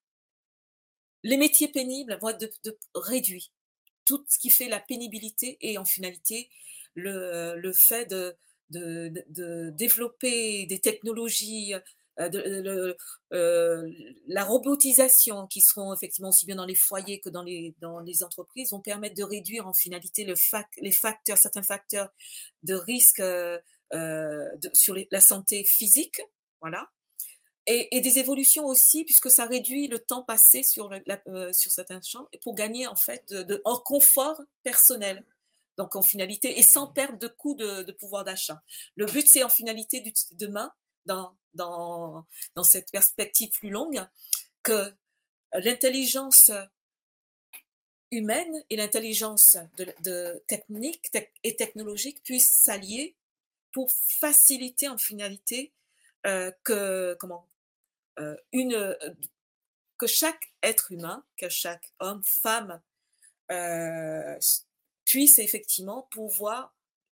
les métiers pénibles vont être de de réduits. Tout ce qui fait la pénibilité et en finalité le le fait de de de de développer des technologies, heu, de le heu, la robotisation qui seront effectivement aussi bien dans les foyers que dans les dans les entreprises vont permettre de réduire en finalité le fac les facteurs certains facteurs de risque, heu heu, de sur les la santé physique, voilà. Et et des évolutions aussi puisque ça réduit le temps passé sur le la heu, sur certains champs et pour gagner en fait de de en confort personnel. Donc en finalité et sans perdre de coût de de pouvoir d'achat. Le but, c'est en finalité d'ut demain, dans dans dans cette perspective plus longue, que l'intelligence humaine et l'intelligence de de technique tech et technologique puissent s'allier pour faciliter en finalité, heu, que comment? Heu, une, heu, que chaque être humain, que chaque homme, femme, heu, s puisse effectivement pouvoir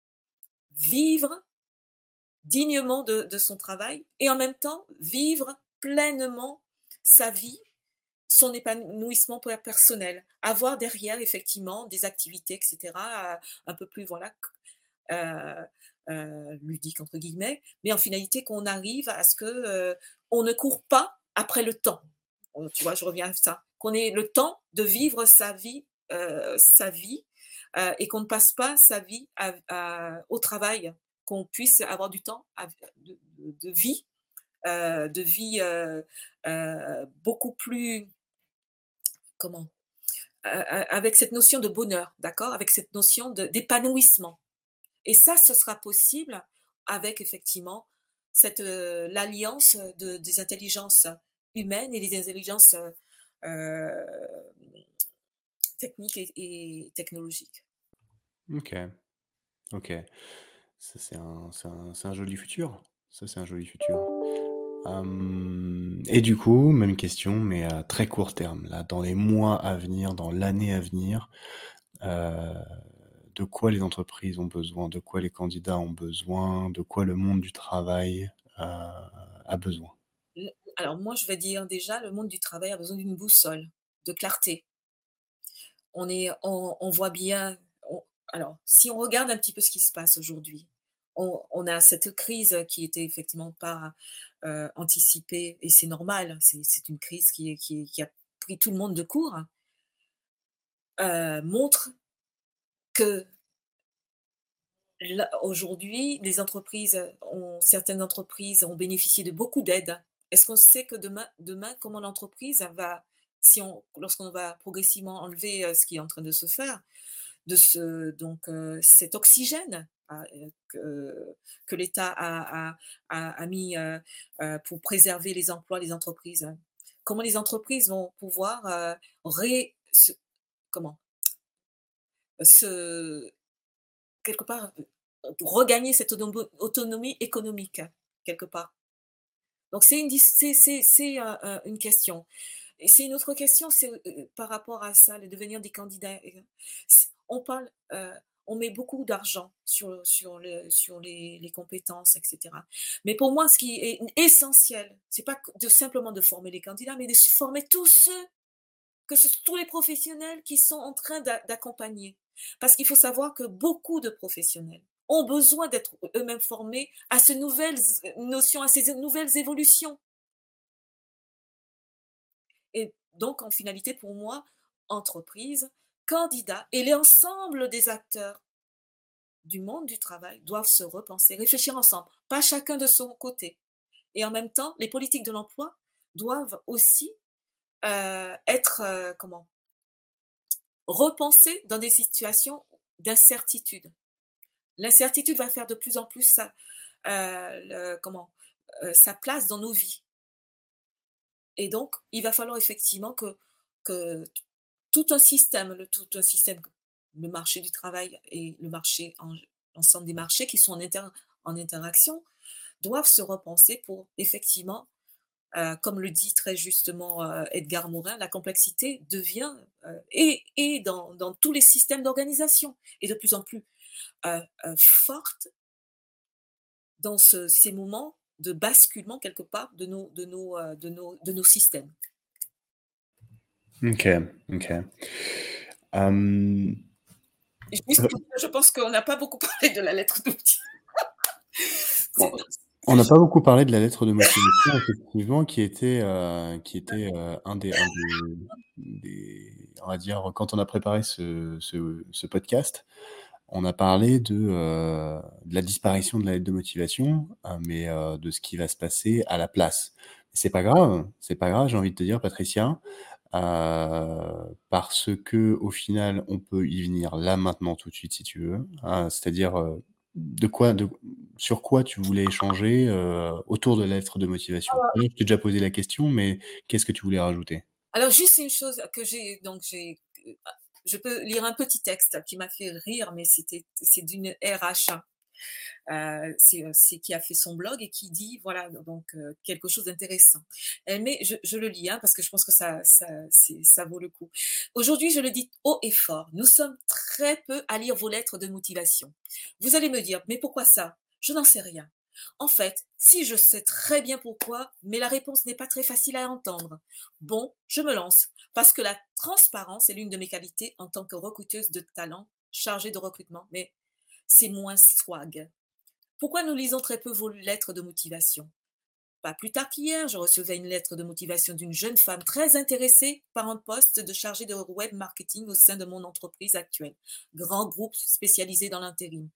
vivre dignement de de son travail et en même temps vivre pleinement sa vie, son épanouissement pe personnel. Avoir derrière effectivement des activités et cetera, heu, un peu plus voilà q heu heu, «ludiques» entre guillemets, mais en finalité qu'on arrive à ce que, heu, on ne court pas après le temps. On tu vois, je reviens à ça. Qu'on ait le temps de vivre sa vie, heu, sa vie, heu et qu'on ne passe pas sa vie à à au travail. Qu'on puisse avoir du temps à de de de vie, heu, de vie, heu heu, beaucoup plus comment? A a avec cette notion de bonheur, d'accord? Avec cette notion de d'épanouissement et ça, ce sera possible avec effectivement cette, heu, l'alliance de des intelligences humaines et des intelligences, heu heu, techniques et et technologiques. OK, OK. Ça, c'est un c'est un c'est un joli futur. Ça, c'est un joli futur. Hem et du coup, même question, mais à très court terme, là, dans les mois à venir, dans l'année à venir, heu, de quoi les entreprises ont besoin? De quoi les candidats ont besoin? De quoi le monde du travail, heu, a besoin? L alors moi, je vais dire déjà, le monde du travail a besoin d'une boussole, de clarté. On est on on voit bien on alors, si on regarde un petit peu ce qui se passe aujourd'hui, on on a cette crise qui était effectivement pas, heu, anticipée et c'est normal, c'est c'est une crise qui est qui est qui a pris tout le monde de court, heu, montre que là, aujourd'hui, les entreprises ont certaines entreprises ont bénéficié de beaucoup d'aides. Est-ce qu'on sait que demain demain, comment l'entreprise va si on lorsqu'on va progressivement enlever, heu, ce qui est en train de se faire, de ce donc heu, cet oxygène à heu, que que l'État a a a a mis, heu heu, pour préserver les emplois, les entreprises. Comment les entreprises vont pouvoir, heu, ré se comment? Se quelque part, heu, regagner cette autonomie autonomie économique, quelque part. Donc c'est une dis c'est c'est c'est, heu heu, une question. Et c'est une autre question, c'est, heu, par rapport à ça, le devenir des candidats et s on parle, heu, on met beaucoup d'argent sur sur le sur les les compétences et cetera. Mais pour moi, ce qui est essentiel, c'est pas que de simplement de former les candidats, mais de se former tous ceux que ce tous les professionnels qui sont en train d'a d'accompagner. Parce qu'il faut savoir que beaucoup de professionnels ont besoin d'être eux-mêmes formés à ces nouvelles notions, à ces nouvelles évolutions. Et donc, en finalité, pour moi, entreprise, candidats et l'ensemble des acteurs du monde du travail doivent se repenser, réfléchir ensemble, pas chacun de son côté. et en même temps, les politiques de l'emploi doivent aussi euh, être euh, comment repensées dans des situations d'incertitude. L'incertitude va faire de plus en plus sa, euh, le- comment, euh, sa place dans nos vies. Et donc, il va falloir effectivement que, que tout un système, le, tout un système, le marché du travail et le marché, en, l'ensemble des marchés qui sont en, inter, en interaction, doivent se repenser pour effectivement, euh, comme le dit très justement euh, Edgar Morin, la complexité devient, euh, et, et dans, dans tous les systèmes d'organisation, et de plus en plus euh, euh, forte dans ce, ces moments de basculement quelque part de nos, de nos, euh, de nos, de nos systèmes. Ok, ok. Um... Juste, je pense qu'on n'a pas beaucoup parlé de la lettre de Bon, on n'a pas beaucoup parlé de la lettre de motivation, effectivement, qui était, euh, qui était euh, un, des, un des, des, on va dire, quand on a préparé ce, ce, ce podcast, on a parlé de, euh, de la disparition de la lettre de motivation, euh, mais euh, de ce qui va se passer à la place. C'est pas grave, c'est pas grave, j'ai envie de te dire, Patricia, euh, parce que au final, on peut y venir là maintenant tout de suite si tu veux, hein, c'est-à-dire euh, de quoi, de, sur quoi tu voulais échanger euh, autour de la lettre de motivation. Je t'ai déjà posé la question, mais qu'est-ce que tu voulais rajouter? Alors, juste une chose que j'ai, donc j'ai, je peux lire un petit texte qui m'a fait rire, mais c'était, c'est d'une R H. Euh, c'est, c'est qui a fait son blog et qui dit voilà donc euh, quelque chose d'intéressant. Elle met, je, je le lis hein, parce que je pense que ça ça, c'est, ça vaut le coup. Aujourd'hui, je le dis haut et fort, nous sommes très peu à lire vos lettres de motivation. Vous allez me dire mais pourquoi ça? Je n'en sais rien. En fait, si je sais très bien pourquoi, mais la réponse n'est pas très facile à entendre. Bon, je me lance, parce que la transparence est l'une de mes qualités en tant que recruteuse de talent chargée de recrutement, mais c'est moins swag. Pourquoi nous lisons très peu vos lettres de motivation? Pas plus tard qu'hier, je recevais une lettre de motivation d'une jeune femme très intéressée par un poste de chargée de web marketing au sein de mon entreprise actuelle, grand groupe spécialisé dans l'intérim.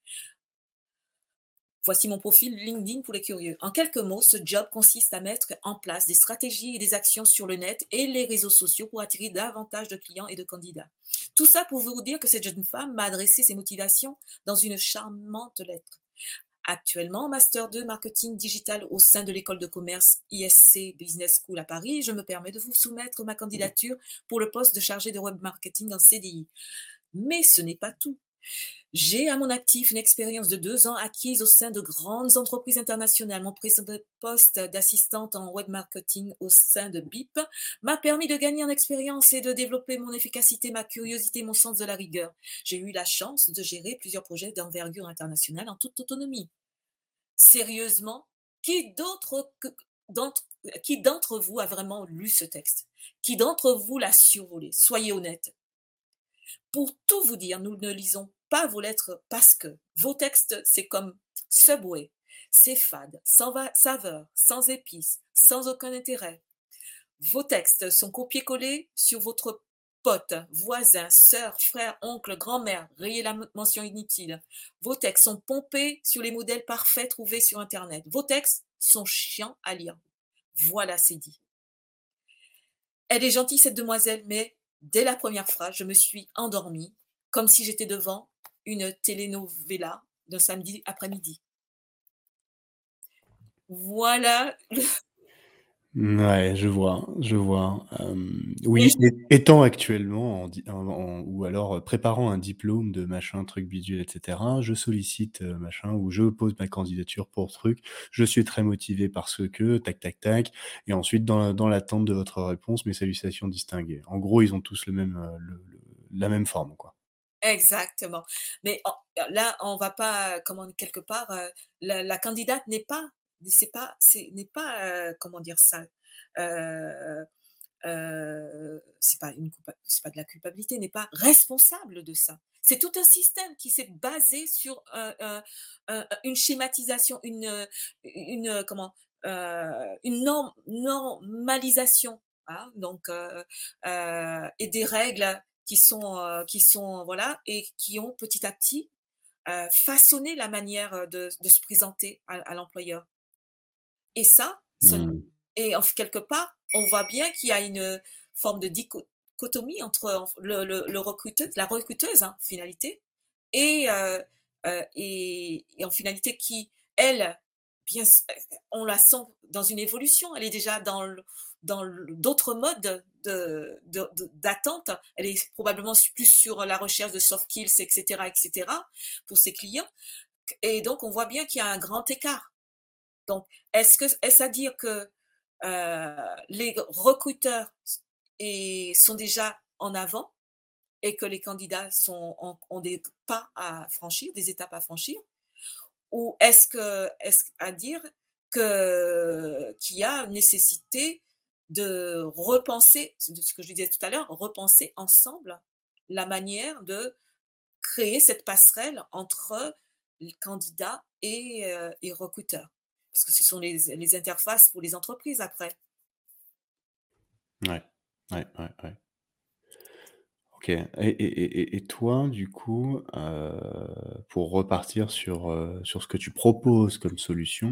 Voici mon profil LinkedIn pour les curieux. En quelques mots, ce job consiste à mettre en place des stratégies et des actions sur le net et les réseaux sociaux pour attirer davantage de clients et de candidats. Tout ça pour vous dire que cette jeune femme m'a adressé ses motivations dans une charmante lettre. Actuellement, Master deux Marketing Digital au sein de l'école de commerce I S C Business School à Paris, je me permets de vous soumettre ma candidature pour le poste de chargé de web marketing en C D I. Mais ce n'est pas tout. J'ai à mon actif une expérience de deux ans acquise au sein de grandes entreprises internationales. Mon précédent poste d'assistante en web marketing au sein de B I P m'a permis de gagner en expérience et de développer mon efficacité, ma curiosité, mon sens de la rigueur. J'ai eu la chance de gérer plusieurs projets d'envergure internationale en toute autonomie. Sérieusement, qui d'autre que, d'entre, qui d'entre vous a vraiment lu ce texte? Qui d'entre vous l'a survolé? Soyez honnête. Pour tout vous dire, nous ne lisons pas vos lettres parce que vos textes, c'est comme Subway. C'est fade, sans va- saveur, sans épices, sans aucun intérêt. Vos textes sont copiés-collés sur votre pote, voisin, sœur, frère, oncle, grand-mère. Rayez la mention inutile. Vos textes sont pompés sur les modèles parfaits trouvés sur Internet. Vos textes sont chiants à lire. Voilà, c'est dit. Elle est gentille, cette demoiselle, mais dès la première phrase, je me suis endormie, comme si j'étais devant une telenovela d'un samedi après-midi. Voilà. Ouais, je vois, je vois. Euh, Mais oui, et- étant actuellement en, di- en- en- ou alors euh, préparant un diplôme de machin, truc bidule, et cetera, je sollicite euh, machin ou je pose ma candidature pour truc. Je suis très motivé parce que tac tac tac. Et ensuite, dans, la- dans l'attente de votre réponse, mes salutations distinguées. En gros, ils ont tous le même, euh, le- le- la même forme, quoi. exactement. Mais en- là, on va pas, comment quelque part, euh, la, la candidate n'est pas, c'est pas, c'est n'est pas, euh, comment dire ça, euh, euh, c'est pas une coupa- c'est pas de la culpabilité, n'est pas responsable de ça. C'est tout un système qui s'est basé sur euh, euh, euh, une schématisation, une, euh, une euh, comment, euh, une norm- normalisation, hein, donc euh, euh, et des règles qui sont euh, qui sont voilà et qui ont petit à petit euh, façonné la manière de, de se présenter à, à l'employeur. Et ça, Mmh. Et en, quelque part, on voit bien qu'il y a une forme de dichotomie entre le, le, le recruteuse, la recruteuse, hein, en finalité, et, euh, euh, et, et en finalité qui, elle, bien, on la sent dans une évolution. Elle est déjà dans le, dans d'autres modes de, de, de, d'attente. Elle est probablement plus sur la recherche de soft skills, et cetera, et cetera, pour ses clients. Et donc, on voit bien qu'il y a un grand écart. Donc, est-ce que, est-ce à dire que euh, les recruteurs et, sont déjà en avant et que les candidats sont, ont, ont des pas à franchir, des étapes à franchir? Ou est-ce que, est-ce à dire que, qu'il y a nécessité de repenser, ce que je disais tout à l'heure, repenser ensemble la manière de créer cette passerelle entre les candidats et, euh, et recruteurs? Parce que ce sont les, les interfaces pour les entreprises après. Ouais, ouais, ouais, ouais. Ok. Et, et, et, et toi, du coup, euh, pour repartir sur, euh, sur ce que tu proposes comme solution,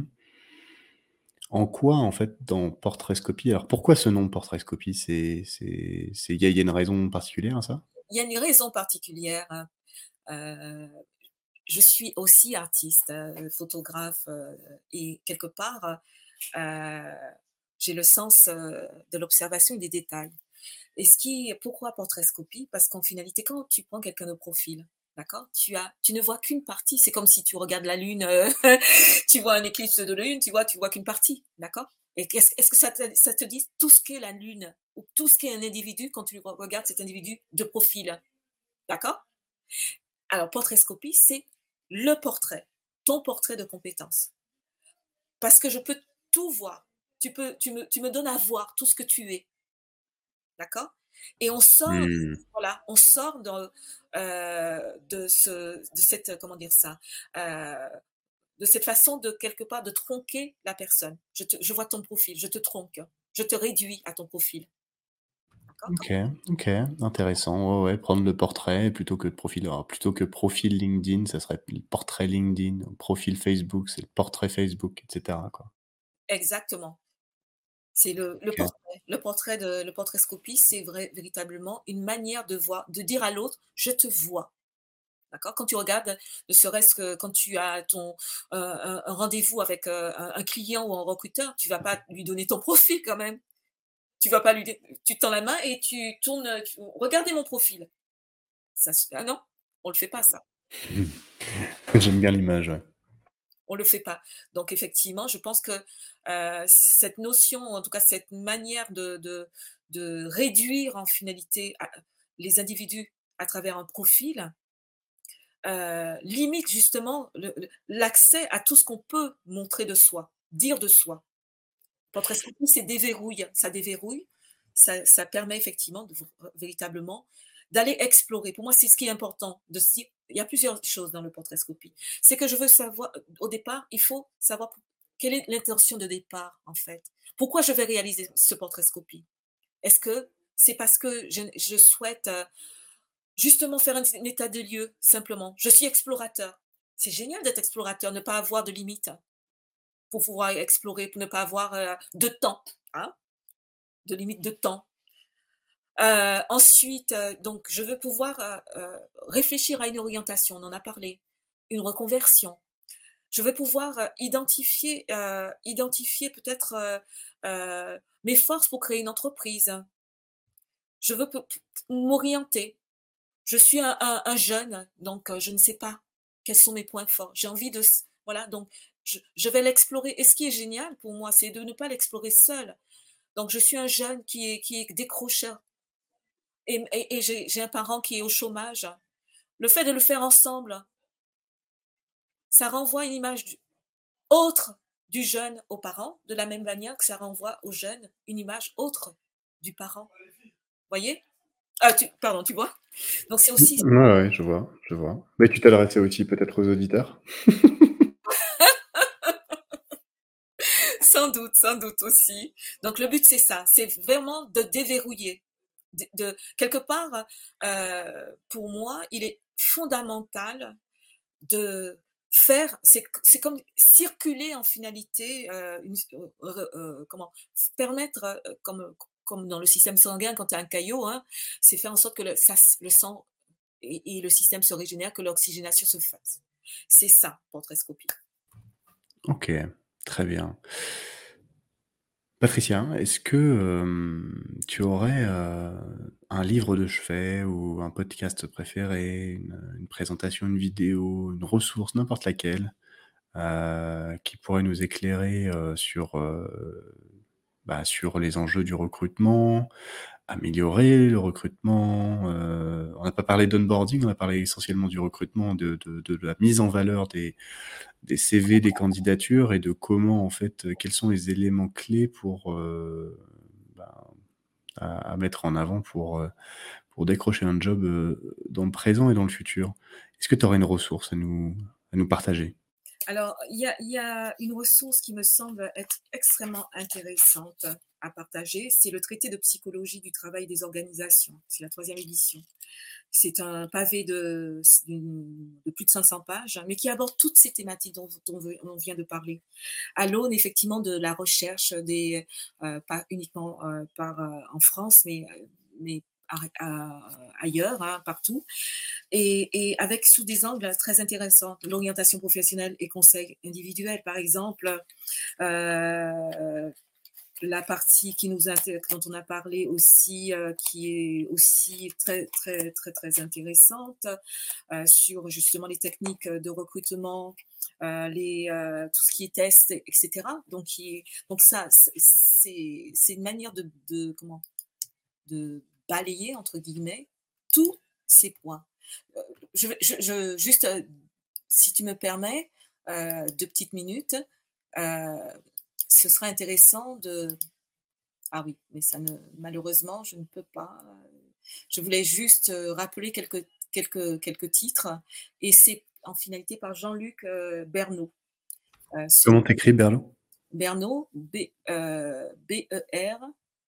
en quoi, en fait, dans Portraitscopie, alors pourquoi ce nom Portraitscopie? C'est, c'est, c'est, il y, y a une raison particulière à ça? Il y a une raison particulière. Hein. Euh, je suis aussi artiste, euh, photographe, euh, et quelque part, euh, j'ai le sens euh, de l'observation et des détails. Et ce qui, pourquoi Portraitscopie? Parce qu'en finalité, quand tu prends quelqu'un de profil, d'accord, tu as, tu ne vois qu'une partie. C'est comme si tu regardes la lune, euh, tu vois un éclipse de lune, tu vois, tu vois qu'une partie, d'accord. Et est-ce, est-ce que ça te, ça te dit tout ce qu'est la lune ou tout ce qu'est un individu quand tu regardes cet individu de profil, d'accord? Alors Portraitscopie, c'est le portrait, ton portrait de compétence, parce que je peux tout voir. Tu peux, tu me, tu me donnes à voir tout ce que tu es. D'accord? Et on sort, Mmh. voilà, on sort de, euh, de, ce, de cette, comment dire ça, euh, de cette façon de quelque part de tronquer la personne. Je, te, je vois ton profil, je te tronque, je te réduis à ton profil. D'accord? Ok, ok, intéressant. Ouais, ouais, prendre le portrait plutôt que de profil. Alors, plutôt que profil LinkedIn, ça serait le portrait LinkedIn. Profil Facebook, c'est le portrait Facebook, et cetera, quoi. Exactement. C'est le, le Ok. portrait. Le portrait de le portraitscopie, c'est vrai, véritablement une manière de voir, de dire à l'autre, je te vois. D'accord? Quand tu regardes, ne serait-ce que quand tu as ton euh, un, un rendez-vous avec euh, un, un client ou un recruteur, tu vas pas lui donner ton profil quand même. Tu vas pas lui, dé- tu tends la main et tu tournes. Tu- regardez mon profil. Ça, se- ah non, on le fait pas ça. J'aime bien l'image, ouais. On le fait pas. Donc effectivement, je pense que euh, cette notion, en tout cas cette manière de de, de réduire en finalité à- les individus à travers un profil, euh, limite justement le- le- l'accès à tout ce qu'on peut montrer de soi, dire de soi. Portraitscopie, c'est déverrouille, ça déverrouille, ça, ça permet effectivement de, véritablement d'aller explorer. Pour moi, c'est ce qui est important, de se dire, il y a plusieurs choses dans le portraitscopie. C'est que je veux savoir, au départ, il faut savoir quelle est l'intention de départ, en fait. Pourquoi je vais réaliser ce portraitscopie? Est-ce que c'est parce que je, je souhaite euh, justement faire un, un état de lieu, simplement? Je suis explorateur. C'est génial d'être explorateur, ne pas avoir de limites pour pouvoir explorer, pour ne pas avoir euh, de temps, hein, de limite de temps. Euh, ensuite, euh, donc, je veux pouvoir euh, euh, réfléchir à une orientation, on en a parlé, une reconversion. Je veux pouvoir euh, identifier, euh, identifier peut-être euh, euh, mes forces pour créer une entreprise. Je veux m'orienter. Je suis un, un, un jeune, donc euh, je ne sais pas quels sont mes points forts. J'ai envie de, voilà, donc je, je vais l'explorer. Et ce qui est génial pour moi, c'est de ne pas l'explorer seul. Donc je suis un jeune qui est, qui est décrocheur et, et, et j'ai, j'ai un parent qui est au chômage. Le fait de le faire ensemble, ça renvoie une image du, autre du jeune aux parents, de la même manière que ça renvoie au jeune une image autre du parent. Vous voyez? Ah, tu, pardon, tu vois? Donc c'est aussi Ouais, ouais, je vois, je vois. Mais tu t'adressais aussi peut-être aux auditeurs? sans doute, sans doute aussi. Donc le but c'est ça, c'est vraiment de déverrouiller. De, de quelque part, euh, pour moi, il est fondamental de faire, c'est c'est comme circuler en finalité, heu, une heu heu, comment? Permettre, heu, comme comme dans le système sanguin quand tu as un caillot, hein, c'est faire en sorte que le ça s le sang et et le système se régénère, que l'oxygénation se fasse. C'est ça, portrait-scopie. OK, très bien. Patricia, est-ce que, hem, tu aurais, heu, un livre de chevet ou un podcast préféré, une, une présentation, une vidéo, une ressource, n'importe laquelle, heu, qui pourrait nous éclairer, heu, sur, heu, bah, sur les enjeux du recrutement, améliorer le recrutement, heu, on n'a pas parlé d'onboarding, on a parlé essentiellement du recrutement, de de de la mise en valeur des des C V, des candidatures et de comment en fait, heu, quels sont les éléments clés pour, heu, bah, à à mettre en avant pour, heu, pour décrocher un job, heu, dans le présent et dans le futur. Est-ce que tu aurais une ressource à nous à nous partager? Alors, il y a il y a une ressource qui me semble être extrêmement intéressante à partager, c'est le traité de psychologie du travail et des organisations. C'est la troisième édition. C'est un pavé de d'une de plus de cinq cents pages, mais qui aborde toutes ces thématiques dont dont on vient de parler. À l'aune effectivement de la recherche des, heu, pas uniquement, heu, par, heu, en France, mais, heu, mais ar a ailleurs, hein, partout et et avec sous des angles très intéressants. L'orientation professionnelle et conseil individuel, par exemple, heu, la partie qui nous inté dont on a parlé aussi, heu, qui est aussi très, très, très, très intéressante, heu, sur justement les techniques de recrutement, heu, les, heu, tout ce qui est test et cetera. Donc qui donc ça, c'est c'est c'est une manière de de comment? De «balayer» entre guillemets tous ces points. Heu, je vais je je juste, heu, si tu me permets, heu, deux petites minutes, heu, ce serait intéressant de ah oui, mais ça ne malheureusement, je ne peux pas, heu, je voulais juste, heu, rappeler quelques quelques quelques titres et c'est en finalité par Jean-Luc, heu, Bernot. Heu, ce Comment tu Berlot? Bernot, B, heu, B E R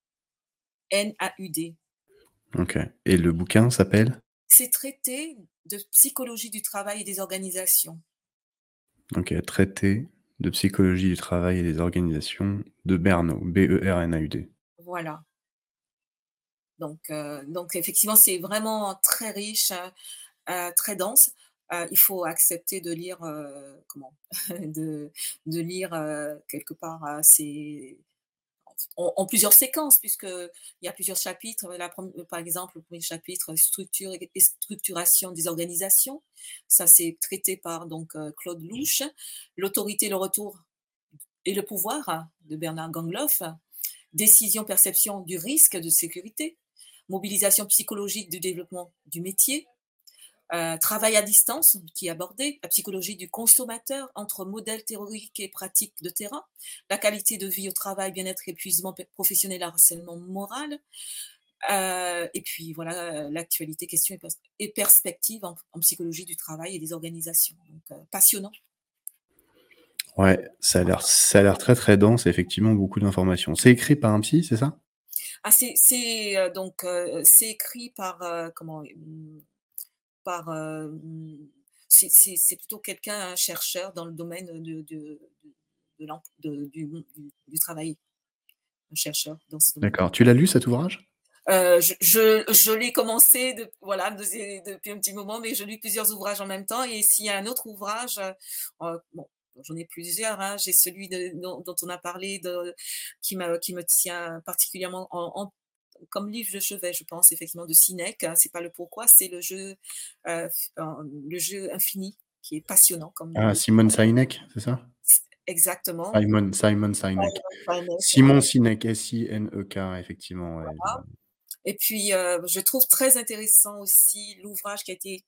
N A U D. OK et le bouquin s'appelle? C'est traité de psychologie du travail et des organisations. OK, traité de psychologie du travail et des organisations de Bernau, B E R N A U D. Voilà. Donc, heu, donc effectivement, c'est vraiment très riche, heu heu, très dense. Heu, il faut accepter de lire, heu, comment? De de lire, heu, quelque part, heu, c'est en en plusieurs séquences puisqu'il y a plusieurs chapitres. La prem par exemple, le premier chapitre, structure et et structuration des organisations. Ça, c'est traité par donc, heu, Claude Louche. L'autorité, le retour et le pouvoir de Bernard Gangloff. Décision, perception du risque de sécurité. Mobilisation psychologique du développement du métier. Euh, travail à distance, qui est abordé, la psychologie du consommateur entre modèles théoriques et pratiques de terrain, la qualité de vie au travail, bien-être, épuisement professionnel, harcèlement moral, euh, et puis voilà, euh, l'actualité, questions et, pers et perspectives en, en, psychologie du travail et des organisations. Donc, euh, passionnant. Ouais, ça a l'air ça a l'air très, très dense et effectivement beaucoup d'informations. C'est écrit par un psy, c'est ça? Ah, c'est c'est, euh, donc euh, c'est écrit par euh, comment par euh, c'est c'est- c'est plutôt quelqu'un, un chercheur dans le domaine de, de, de, de l'em- de- du, du, du travail, un chercheur dans ce domaine. D'accord. Tu l'as lu cet ouvrage? Euh, je je, je l'ai commencé de, voilà, de- depuis un petit moment, mais je lis plusieurs ouvrages en même temps. Et s'il y a un autre ouvrage, euh, euh, bon, j'en ai plusieurs, hein, j'ai celui de, dont, dont on a parlé, de, qui, me, qui me tient particulièrement en, en comme livre de chevet, je pense, effectivement, de Sinek. Hein, c'est pas le pourquoi, c'est le jeu, euh, le jeu infini, qui est passionnant comme Ah, livre. Simon Sinek, c'est ça? Exactement. Simon Simon Sinek. Sinek, Simon Sinek, S I N E K, effectivement, ouais. voilà. Et puis, euh, je trouve très intéressant aussi l'ouvrage qui a été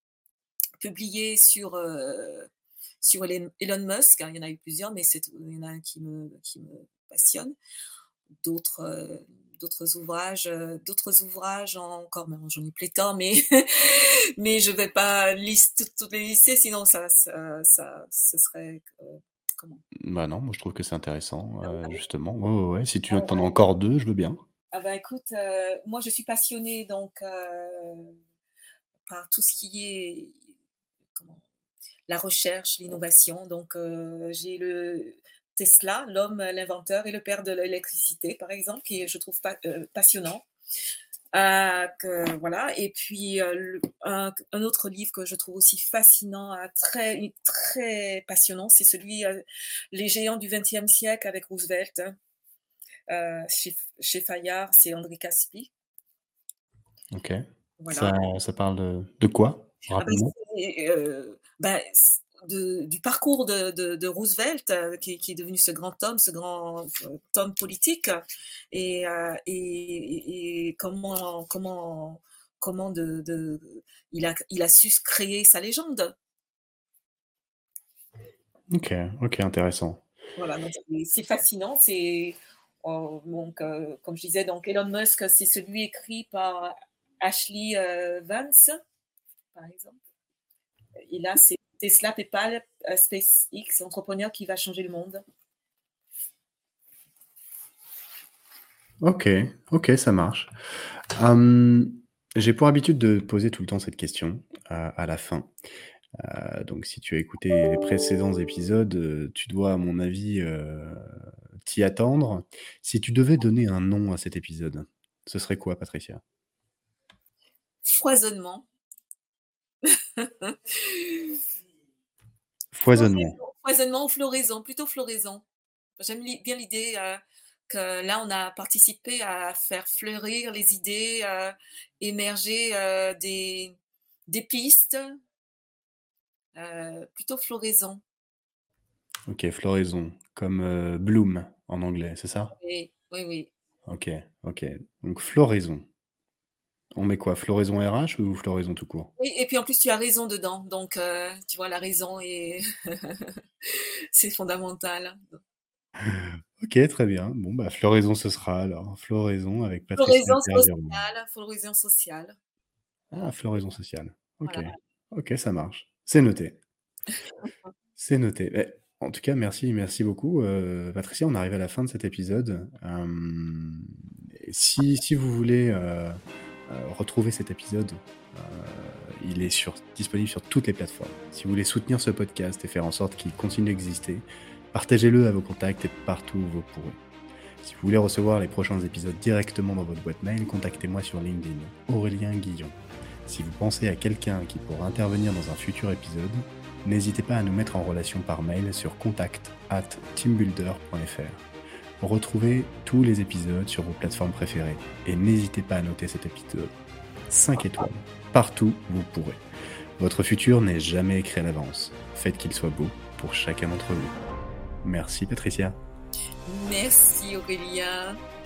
publié sur, euh, sur Elon Musk. Hein, il y en a eu plusieurs, mais c'est, il y en a un qui me, qui me passionne. D'autres, euh, d'autres ouvrages, euh, d'autres ouvrages encore, mais j'en ai pléthore, mais mais je vais pas lister toutes les lister, sinon ça, ça, ça ce serait euh, comment? Bah non, moi je trouve que c'est intéressant, Ah oui, heu, ah oui. justement. Ouais, ouais, ouais, si tu Ah en ouais. as encore deux, je veux bien. Ah bah écoute, euh, moi je suis passionnée donc euh, par tout ce qui est comment? la recherche, l'innovation. Donc, euh, j'ai le Tesla, l'homme, l'inventeur et le père de l'électricité, par exemple, qui est, je trouve, pas, euh, passionnant. Euh, que, voilà. Et puis, euh, le- un, un autre livre que je trouve aussi fascinant, euh, très, très passionnant, c'est celui euh, Les géants du vingtième siècle avec Roosevelt. Hein. Euh, chez, chez Fayard, c'est André Caspi. Ok. Voilà. Ça, ça parle de, de quoi, Ah ben, rapidement? c'est, euh, ben, c'est de- du parcours de, de- de Roosevelt, euh, qui, qui est devenu ce grand homme, ce grand euh, homme politique, et, euh, et, et- et comment, comment, comment de, de- il a, il a su créer sa légende. Ok, ok, intéressant. Voilà, donc c'est c'est fascinant. C'est euh, donc, euh, comme je disais, donc Elon Musk, c'est celui écrit par Ashley euh, Vance, par exemple. Et là, c'est Tesla, PayPal, euh, SpaceX, entrepreneur qui va changer le monde. Ok, ok, ça marche. Hum, j'ai pour habitude de poser tout le temps cette question euh, à la fin. Euh, donc, si tu as écouté les précédents épisodes, euh, tu dois, à mon avis, euh, t'y attendre. Si tu devais donner un nom à cet épisode, ce serait quoi, Patricia? Foisonnement. Foisonnement. Floraison, foisonnement ou floraison, plutôt floraison. J'aime li- bien l'idée euh, que là, on a participé à faire fleurir les idées, euh, émerger euh, des, des pistes, euh, plutôt floraison. Ok, floraison, comme euh, bloom en anglais, c'est ça? Oui, oui, oui. Ok, ok. Donc, floraison. On met quoi? Floraison R H ou floraison tout court? Oui, et puis en plus, tu as raison dedans. Donc, euh, tu vois, la raison est c'est fondamental. Ok, très bien. Bon, bah, floraison, ce sera alors. Floraison avec Patricia Floraison Pergeron. sociale, floraison sociale. Ah, floraison sociale. Ok, Voilà. ok, ça marche. C'est noté. C'est noté. Eh, en tout cas, merci, merci beaucoup, euh, Patricia. On arrive à la fin de cet épisode. Euh, et si, si vous voulez euh, euh, retrouver cet épisode, euh, il est sur, disponible sur toutes les plateformes. Si vous voulez soutenir ce podcast et faire en sorte qu'il continue d'exister, partagez-le à vos contacts et partout où vous pourrez. Si vous voulez recevoir les prochains épisodes directement dans votre boîte mail, contactez-moi sur LinkedIn, Aurélien Guillon. Si vous pensez à quelqu'un qui pourra intervenir dans un futur épisode, n'hésitez pas à nous mettre en relation par mail sur contact arobase teambuilder point f r. Retrouvez tous les épisodes sur vos plateformes préférées et n'hésitez pas à noter cet épisode cinq étoiles partout où vous pourrez. Votre futur n'est jamais écrit à l'avance. Faites qu'il soit beau pour chacun d'entre vous. Merci Patricia. Merci Aurélien.